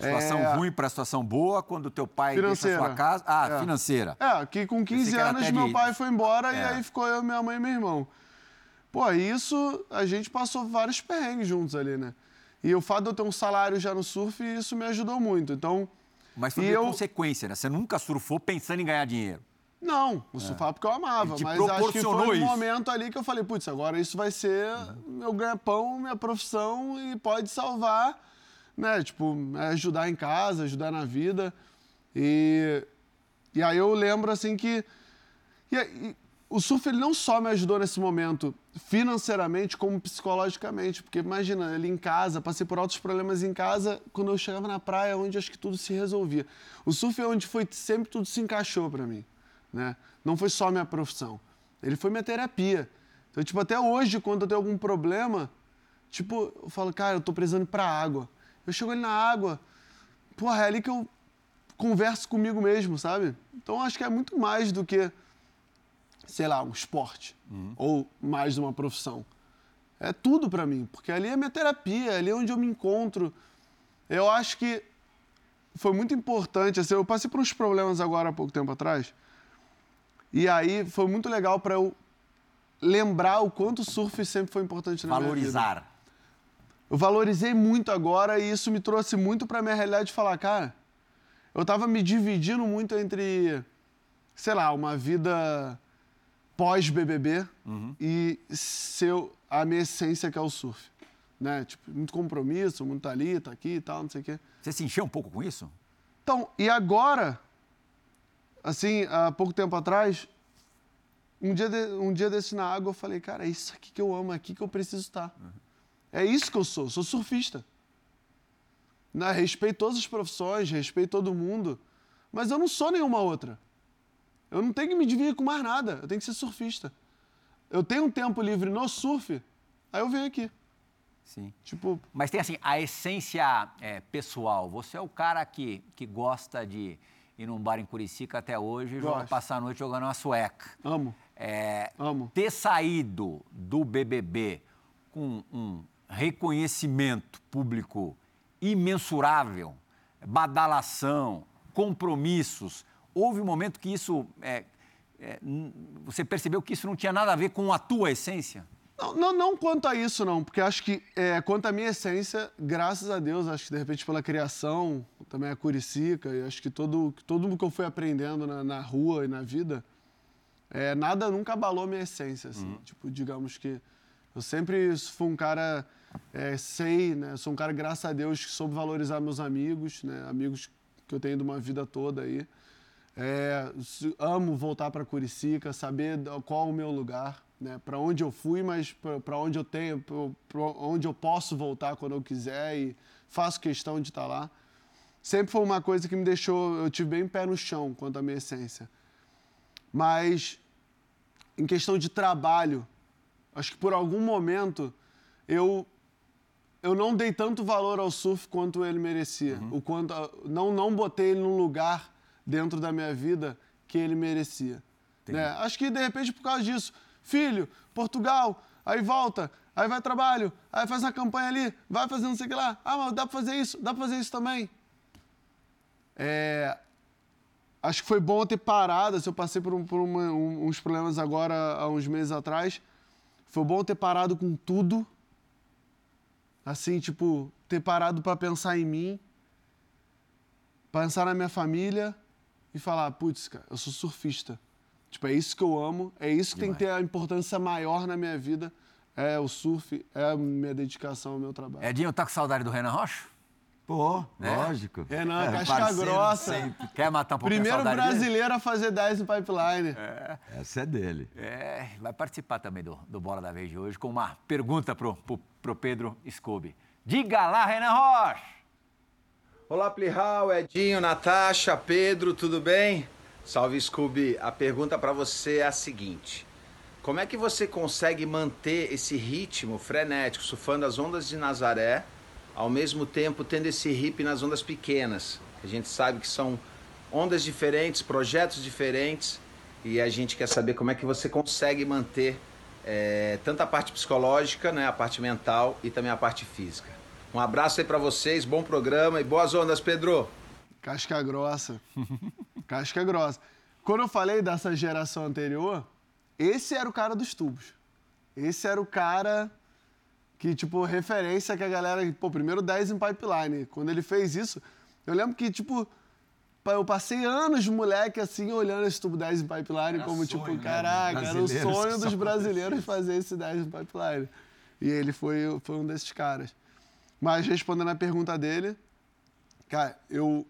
Situação é... ruim para situação boa, quando o teu pai financeira. deixa a sua casa... Ah, é. financeira. É, que com quinze anos meu de... pai foi embora é. e aí ficou eu, minha mãe e meu irmão. Pô, isso, a gente passou vários perrengues juntos ali, né? E o fato de eu ter um salário já no surf, isso me ajudou muito, então... Mas foi eu... consequência, né? Você nunca surfou pensando em ganhar dinheiro. Não, eu surfava é. porque eu amava, mas acho que foi um momento ali que eu falei, putz, agora isso vai ser uhum. meu ganha-pão, minha profissão e pode salvar, né? Tipo, ajudar em casa, ajudar na vida. E, e aí eu lembro, assim, que... E, e, o surf, ele não só me ajudou nesse momento financeiramente, como psicologicamente. Porque, imagina, ele em casa, passei por altos problemas em casa, quando eu chegava na praia, onde acho que tudo se resolvia. O surf é onde foi sempre tudo se encaixou pra mim. Né? Não foi só minha profissão, ele foi minha terapia. Então, tipo, até hoje, quando eu tenho algum problema, tipo, eu falo, cara, eu tô precisando ir pra água. Eu chego ali na água, porra, é ali que eu converso comigo mesmo, sabe? Então, acho que é muito mais do que, sei lá, um esporte, uhum. ou mais de uma profissão. É tudo pra mim, porque ali é minha terapia, ali é onde eu me encontro. Eu acho que foi muito importante, assim, eu passei por uns problemas agora há pouco tempo atrás. E aí foi muito legal para eu lembrar o quanto o surf sempre foi importante na Valorizar. minha vida. Eu valorizei muito agora e isso me trouxe muito para a minha realidade de falar, cara, eu tava me dividindo muito entre, sei lá, uma vida pós-B B B uhum. e seu, a minha essência que é o surf. Né? Tipo, muito compromisso, muito ali, tá aqui e tal, não sei o quê. Você se encheu um pouco com isso? Então, e agora... Assim, há pouco tempo atrás, um dia, de, um dia desse na água, eu falei, cara, é isso aqui que eu amo, é aqui que eu preciso estar. Uhum. É isso que eu sou, sou surfista. Né? Respeito todas as profissões, respeito todo mundo, mas eu não sou nenhuma outra. Eu não tenho que me dividir com mais nada, eu tenho que ser surfista. Eu tenho um tempo livre no surf, aí eu venho aqui. Sim. Tipo... Mas tem assim, a essência é, pessoal, você é o cara que, que gosta de... ir num bar em Curicica até hoje, jogar, passar a noite jogando uma sueca. Amo. É, Amo. Ter saído do B B B com um reconhecimento público imensurável, badalação, compromissos. Houve um momento que isso... É, é, você percebeu que isso não tinha nada a ver com a tua essência? Não, não, não quanto a isso, não. Porque acho que, é, quanto à minha essência, graças a Deus, acho que, de repente, pela criação, também a Curicica, e acho que todo, todo mundo que eu fui aprendendo na, na rua e na vida, é, nada nunca abalou minha essência, assim. Uhum. Tipo, digamos que eu sempre fui um cara, é, sei, né? Sou um cara, graças a Deus, que soube valorizar meus amigos, né? Amigos que eu tenho de uma vida toda aí. É, amo voltar para Curicica, saber qual é o meu lugar. Né, para onde eu fui, mas para onde eu tenho, para onde eu posso voltar quando eu quiser e faço questão de estar lá. Sempre foi uma coisa que me deixou, eu tive bem pé no chão quanto à minha essência. Mas, em questão de trabalho, acho que por algum momento eu, eu não dei tanto valor ao surf quanto ele merecia. Uhum. O quanto, não, não botei ele num lugar dentro da minha vida que ele merecia. Né? Acho que, de repente, por causa disso, filho, Portugal, aí volta, aí vai trabalho, aí faz uma campanha ali, vai fazer não sei o que lá. Ah, mas dá pra fazer isso, dá pra fazer isso também. É, acho que foi bom ter parado, assim, eu passei por, um, por uma, um, uns problemas agora, há uns meses atrás. Foi bom ter parado com tudo. Assim, tipo, ter parado pra pensar em mim, pensar na minha família e falar, putz, cara, eu sou surfista. Tipo, é isso que eu amo, é isso que Demais. Tem que ter a importância maior na minha vida, é o surf, é a minha dedicação ao meu trabalho. Edinho, tá com saudade do Renan Rocha? Pô, é? Lógico. Renan, é, casca grossa. Sempre. Quer matar um pouquinho Primeiro a saudade brasileiro dele? a fazer dez no pipeline. É. Essa é dele. É, vai participar também do, do Bola da Vez de hoje com uma pergunta pro, pro, pro Pedro Scooby. Diga lá, Renan Rocha! Olá, Plihal, Edinho, Natasha, Pedro, tudo bem? Salve, Scooby. A pergunta para você é a seguinte. Como é que você consegue manter esse ritmo frenético, surfando as ondas de Nazaré, ao mesmo tempo tendo esse hip nas ondas pequenas? A gente sabe que são ondas diferentes, projetos diferentes, e a gente quer saber como é que você consegue manter é, tanto a parte psicológica, né, a parte mental e também a parte física. Um abraço aí pra vocês, bom programa e boas ondas, Pedro. Casca grossa. Casca grossa. Quando eu falei dessa geração anterior, esse era o cara dos tubos. Esse era o cara que, tipo, referência que a galera... Pô, primeiro dez em pipeline. Quando ele fez isso, eu lembro que, tipo, eu passei anos de moleque, assim, olhando esse tubo dez em pipeline, era como, sonho, tipo, caraca, né? Era o sonho dos brasileiros fazer esse dez em pipeline. E ele foi, foi um desses caras. Mas, respondendo a pergunta dele, cara, eu...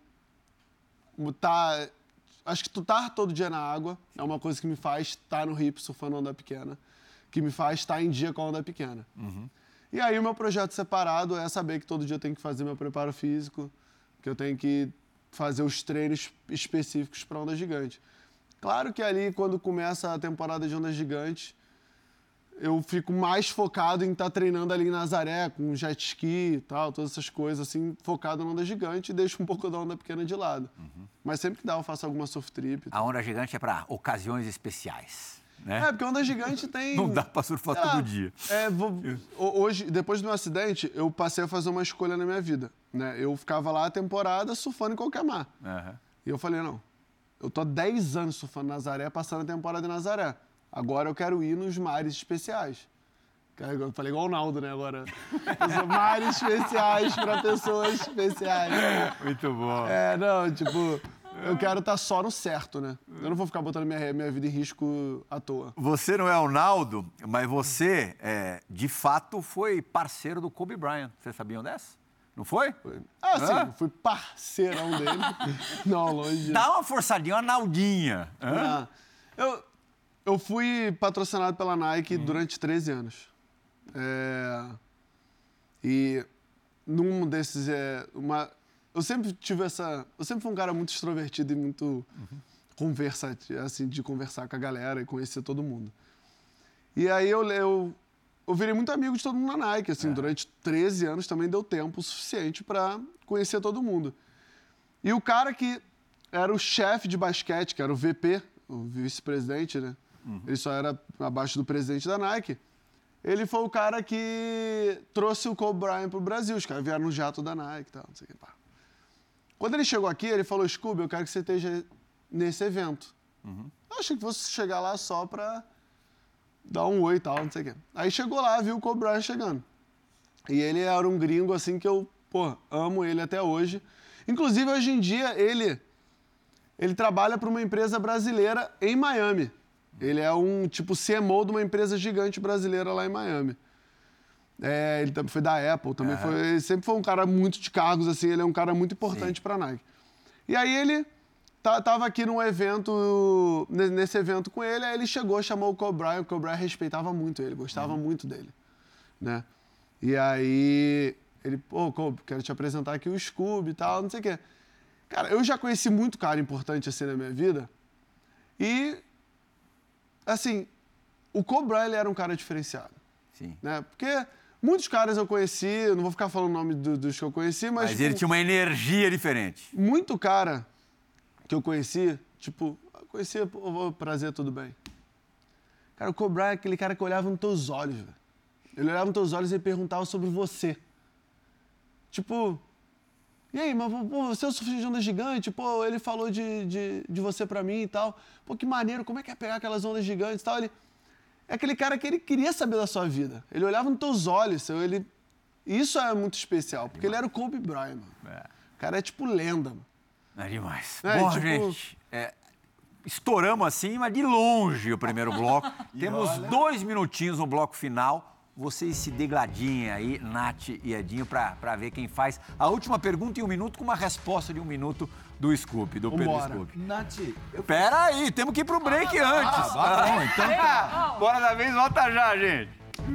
Tá, acho que tu tá todo dia na água é uma coisa que me faz estar no hip surfando onda pequena, que me faz estar em dia com a onda pequena. Uhum. E aí o meu projeto separado é saber que todo dia eu tenho que fazer meu preparo físico, que eu tenho que fazer os treinos específicos para onda gigante. Claro que ali, quando começa a temporada de onda gigante, eu fico mais focado em estar tá treinando ali em Nazaré, com jet ski e tal, todas essas coisas, assim, focado na onda gigante e deixo um pouco da onda pequena de lado. Uhum. Mas sempre que dá, eu faço alguma surf trip. A onda gigante é para ocasiões especiais, né? É, porque a onda gigante tem... Não dá para surfar é, todo dia. É, vou... Hoje, depois do meu acidente, eu passei a fazer uma escolha na minha vida, né? Eu ficava lá a temporada surfando em qualquer mar. Uhum. E eu falei, não, eu tô há dez anos surfando Nazaré, passando a temporada em Nazaré. Agora eu quero ir nos mares especiais. Eu falei igual o Naldo, né, agora. Mares especiais para pessoas especiais. Muito bom. É, não, tipo, eu quero estar só no certo, né? Eu não vou ficar botando minha, minha vida em risco à toa. Você não é o Naldo, mas você, é, de fato, foi parceiro do Kobe Bryant. Vocês sabiam dessa? Não foi? foi. Ah, sim, ah? fui parceirão dele. Não, longe. Dá uma forçadinha, uma Naldinha. Ah, eu... Eu fui patrocinado pela Nike uhum. durante treze anos. É... E num desses... É, uma... Eu sempre tive essa... Eu sempre fui um cara muito extrovertido e muito uhum. conversativo, assim, de conversar com a galera e conhecer todo mundo. E aí eu, eu, eu virei muito amigo de todo mundo na Nike. Assim, é. Durante treze anos também deu tempo suficiente para conhecer todo mundo. E o cara que era o chefe de basquete, que era o V P, o vice-presidente, né? Uhum. Ele só era abaixo do presidente da Nike. Ele foi o cara que trouxe o Kobe Bryant pro Brasil. Os caras vieram no jato da Nike e tal, não sei o que. Pá. Quando ele chegou aqui, ele falou, Scooby, eu quero que você esteja nesse evento. Uhum. Eu achei que fosse chegar lá só pra dar um oi e tal, não sei o que. Aí chegou lá, viu o Kobe Bryant chegando. E ele era um gringo, assim, que eu, pô, amo ele até hoje. Inclusive, hoje em dia, ele, ele trabalha para uma empresa brasileira em Miami. Ele é um, tipo, C M O de uma empresa gigante brasileira lá em Miami. É, ele também foi da Apple, também uhum. foi, ele sempre foi um cara muito de cargos, assim, ele é um cara muito importante para a Nike. E aí ele tava aqui num evento, nesse evento com ele, aí ele chegou, chamou o Kobe Bryant, o Kobe Bryant respeitava muito ele, gostava uhum. muito dele, né? E aí ele, pô, Kobe, quero te apresentar aqui o Scooby e tal, não sei o quê. Cara, eu já conheci muito cara importante assim na minha vida e... Assim, o Kobe Bryant ele era um cara diferenciado. Sim. Né? Porque muitos caras eu conheci, eu não vou ficar falando o nome do, dos que eu conheci, mas... Mas ele tinha uma energia diferente. Muito cara que eu conheci, tipo, eu conhecia, pô, prazer, tudo bem. Cara, o Kobe Bryant é aquele cara que olhava nos teus olhos, velho. Ele olhava nos teus olhos e perguntava sobre você. Tipo... E aí, mas pô, você é o surfista de onda gigante, pô, ele falou de, de, de você pra mim e tal. Pô, que maneiro, como é que é pegar aquelas ondas gigantes e tal? Ele é aquele cara que ele queria saber da sua vida. Ele olhava nos teus olhos, ele... Isso é muito especial, porque ele era o Kobe Bryant, mano. É. O cara é tipo lenda, mano. É demais. É, Bom, tipo... gente, é, estouramos assim, mas de longe o primeiro bloco. Temos olha... dois minutinhos no bloco final. Vocês se degladiem aí, Nath e Edinho, pra, pra ver quem faz a última pergunta em um minuto com uma resposta de um minuto do Scooby, do Pedro Scooby. Nath, eu... Pera aí, temos que ir pro break ah, antes. Ah, ah, bom, então tá. Bora da vez, volta já, gente.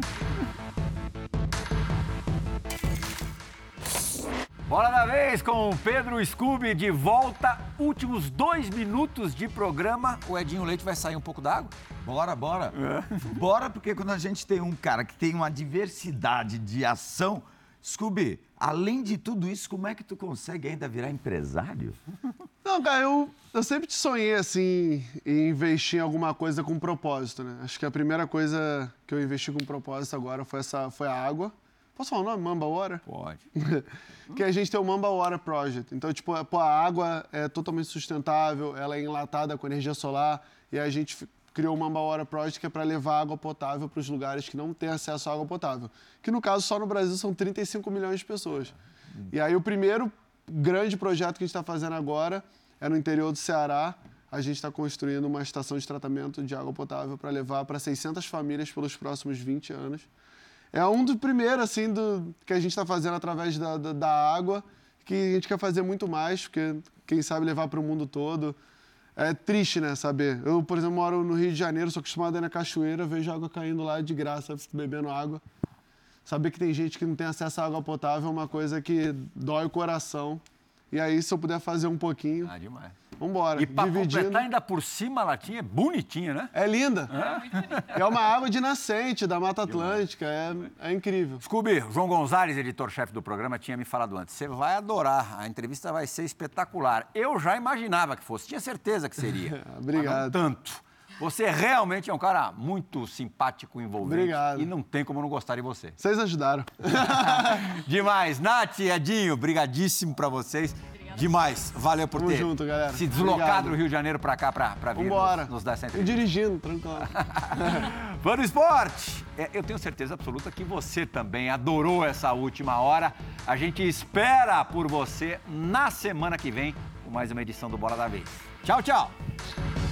Bola da vez com o Pedro Scooby de volta. Últimos dois minutos de programa. O Edinho Leite vai sair um pouco d'água? Bora, bora. É. Bora, porque quando a gente tem um cara que tem uma diversidade de ação... Scooby, além de tudo isso, como é que tu consegue ainda virar empresário? Não, cara, eu, eu sempre te sonhei, assim, em investir em alguma coisa com propósito, né? Acho que a primeira coisa que eu investi com propósito agora foi, essa, foi a água. Posso falar o nome? Mamba Water? Pode. Que a gente tem o Mamba Water Project. Então, tipo, pô, a água é totalmente sustentável, ela é enlatada com energia solar, e a gente criou o Mamba Water Project, que é para levar água potável para os lugares que não têm acesso à água potável. Que, no caso, só no Brasil são trinta e cinco milhões de pessoas. E aí, o primeiro grande projeto que a gente está fazendo agora é no interior do Ceará. A gente está construindo uma estação de tratamento de água potável para levar para seiscentas famílias pelos próximos vinte anos. É um dos primeiros, assim, do, que a gente está fazendo através da, da, da água, que a gente quer fazer muito mais, porque quem sabe levar para o mundo todo. É triste, né, saber. Eu, por exemplo, moro no Rio de Janeiro, sou acostumado a ir na cachoeira, vejo água caindo lá de graça, bebendo água. Saber que tem gente que não tem acesso à água potável é uma coisa que dói o coração. E aí, se eu puder fazer um pouquinho... Ah, demais. Vambora. E para dividindo... completar ainda por cima, a latinha é bonitinha, né? É linda. É, é uma água de nascente da Mata Atlântica. É, é incrível. Scooby, João Gonzalez, editor-chefe do programa, tinha me falado antes. Você vai adorar. A entrevista vai ser espetacular. Eu já imaginava que fosse. Tinha certeza que seria. Obrigado. Mas não tanto. Você realmente é um cara muito simpático, envolvente. Obrigado. E não tem como não gostar de você. Vocês ajudaram. Demais. Nath, Edinho, brigadíssimo pra vocês. Demais. Valeu por Tamo ter junto, galera. se deslocado Obrigado. do Rio de Janeiro pra cá pra, pra vir Vambora. nos, nos dar essa E entrevista. dirigindo, tranquilo. Fã do esporte, é, eu tenho certeza absoluta que você também adorou essa última hora. A gente espera por você na semana que vem com mais uma edição do Bola da Vez. Tchau, tchau.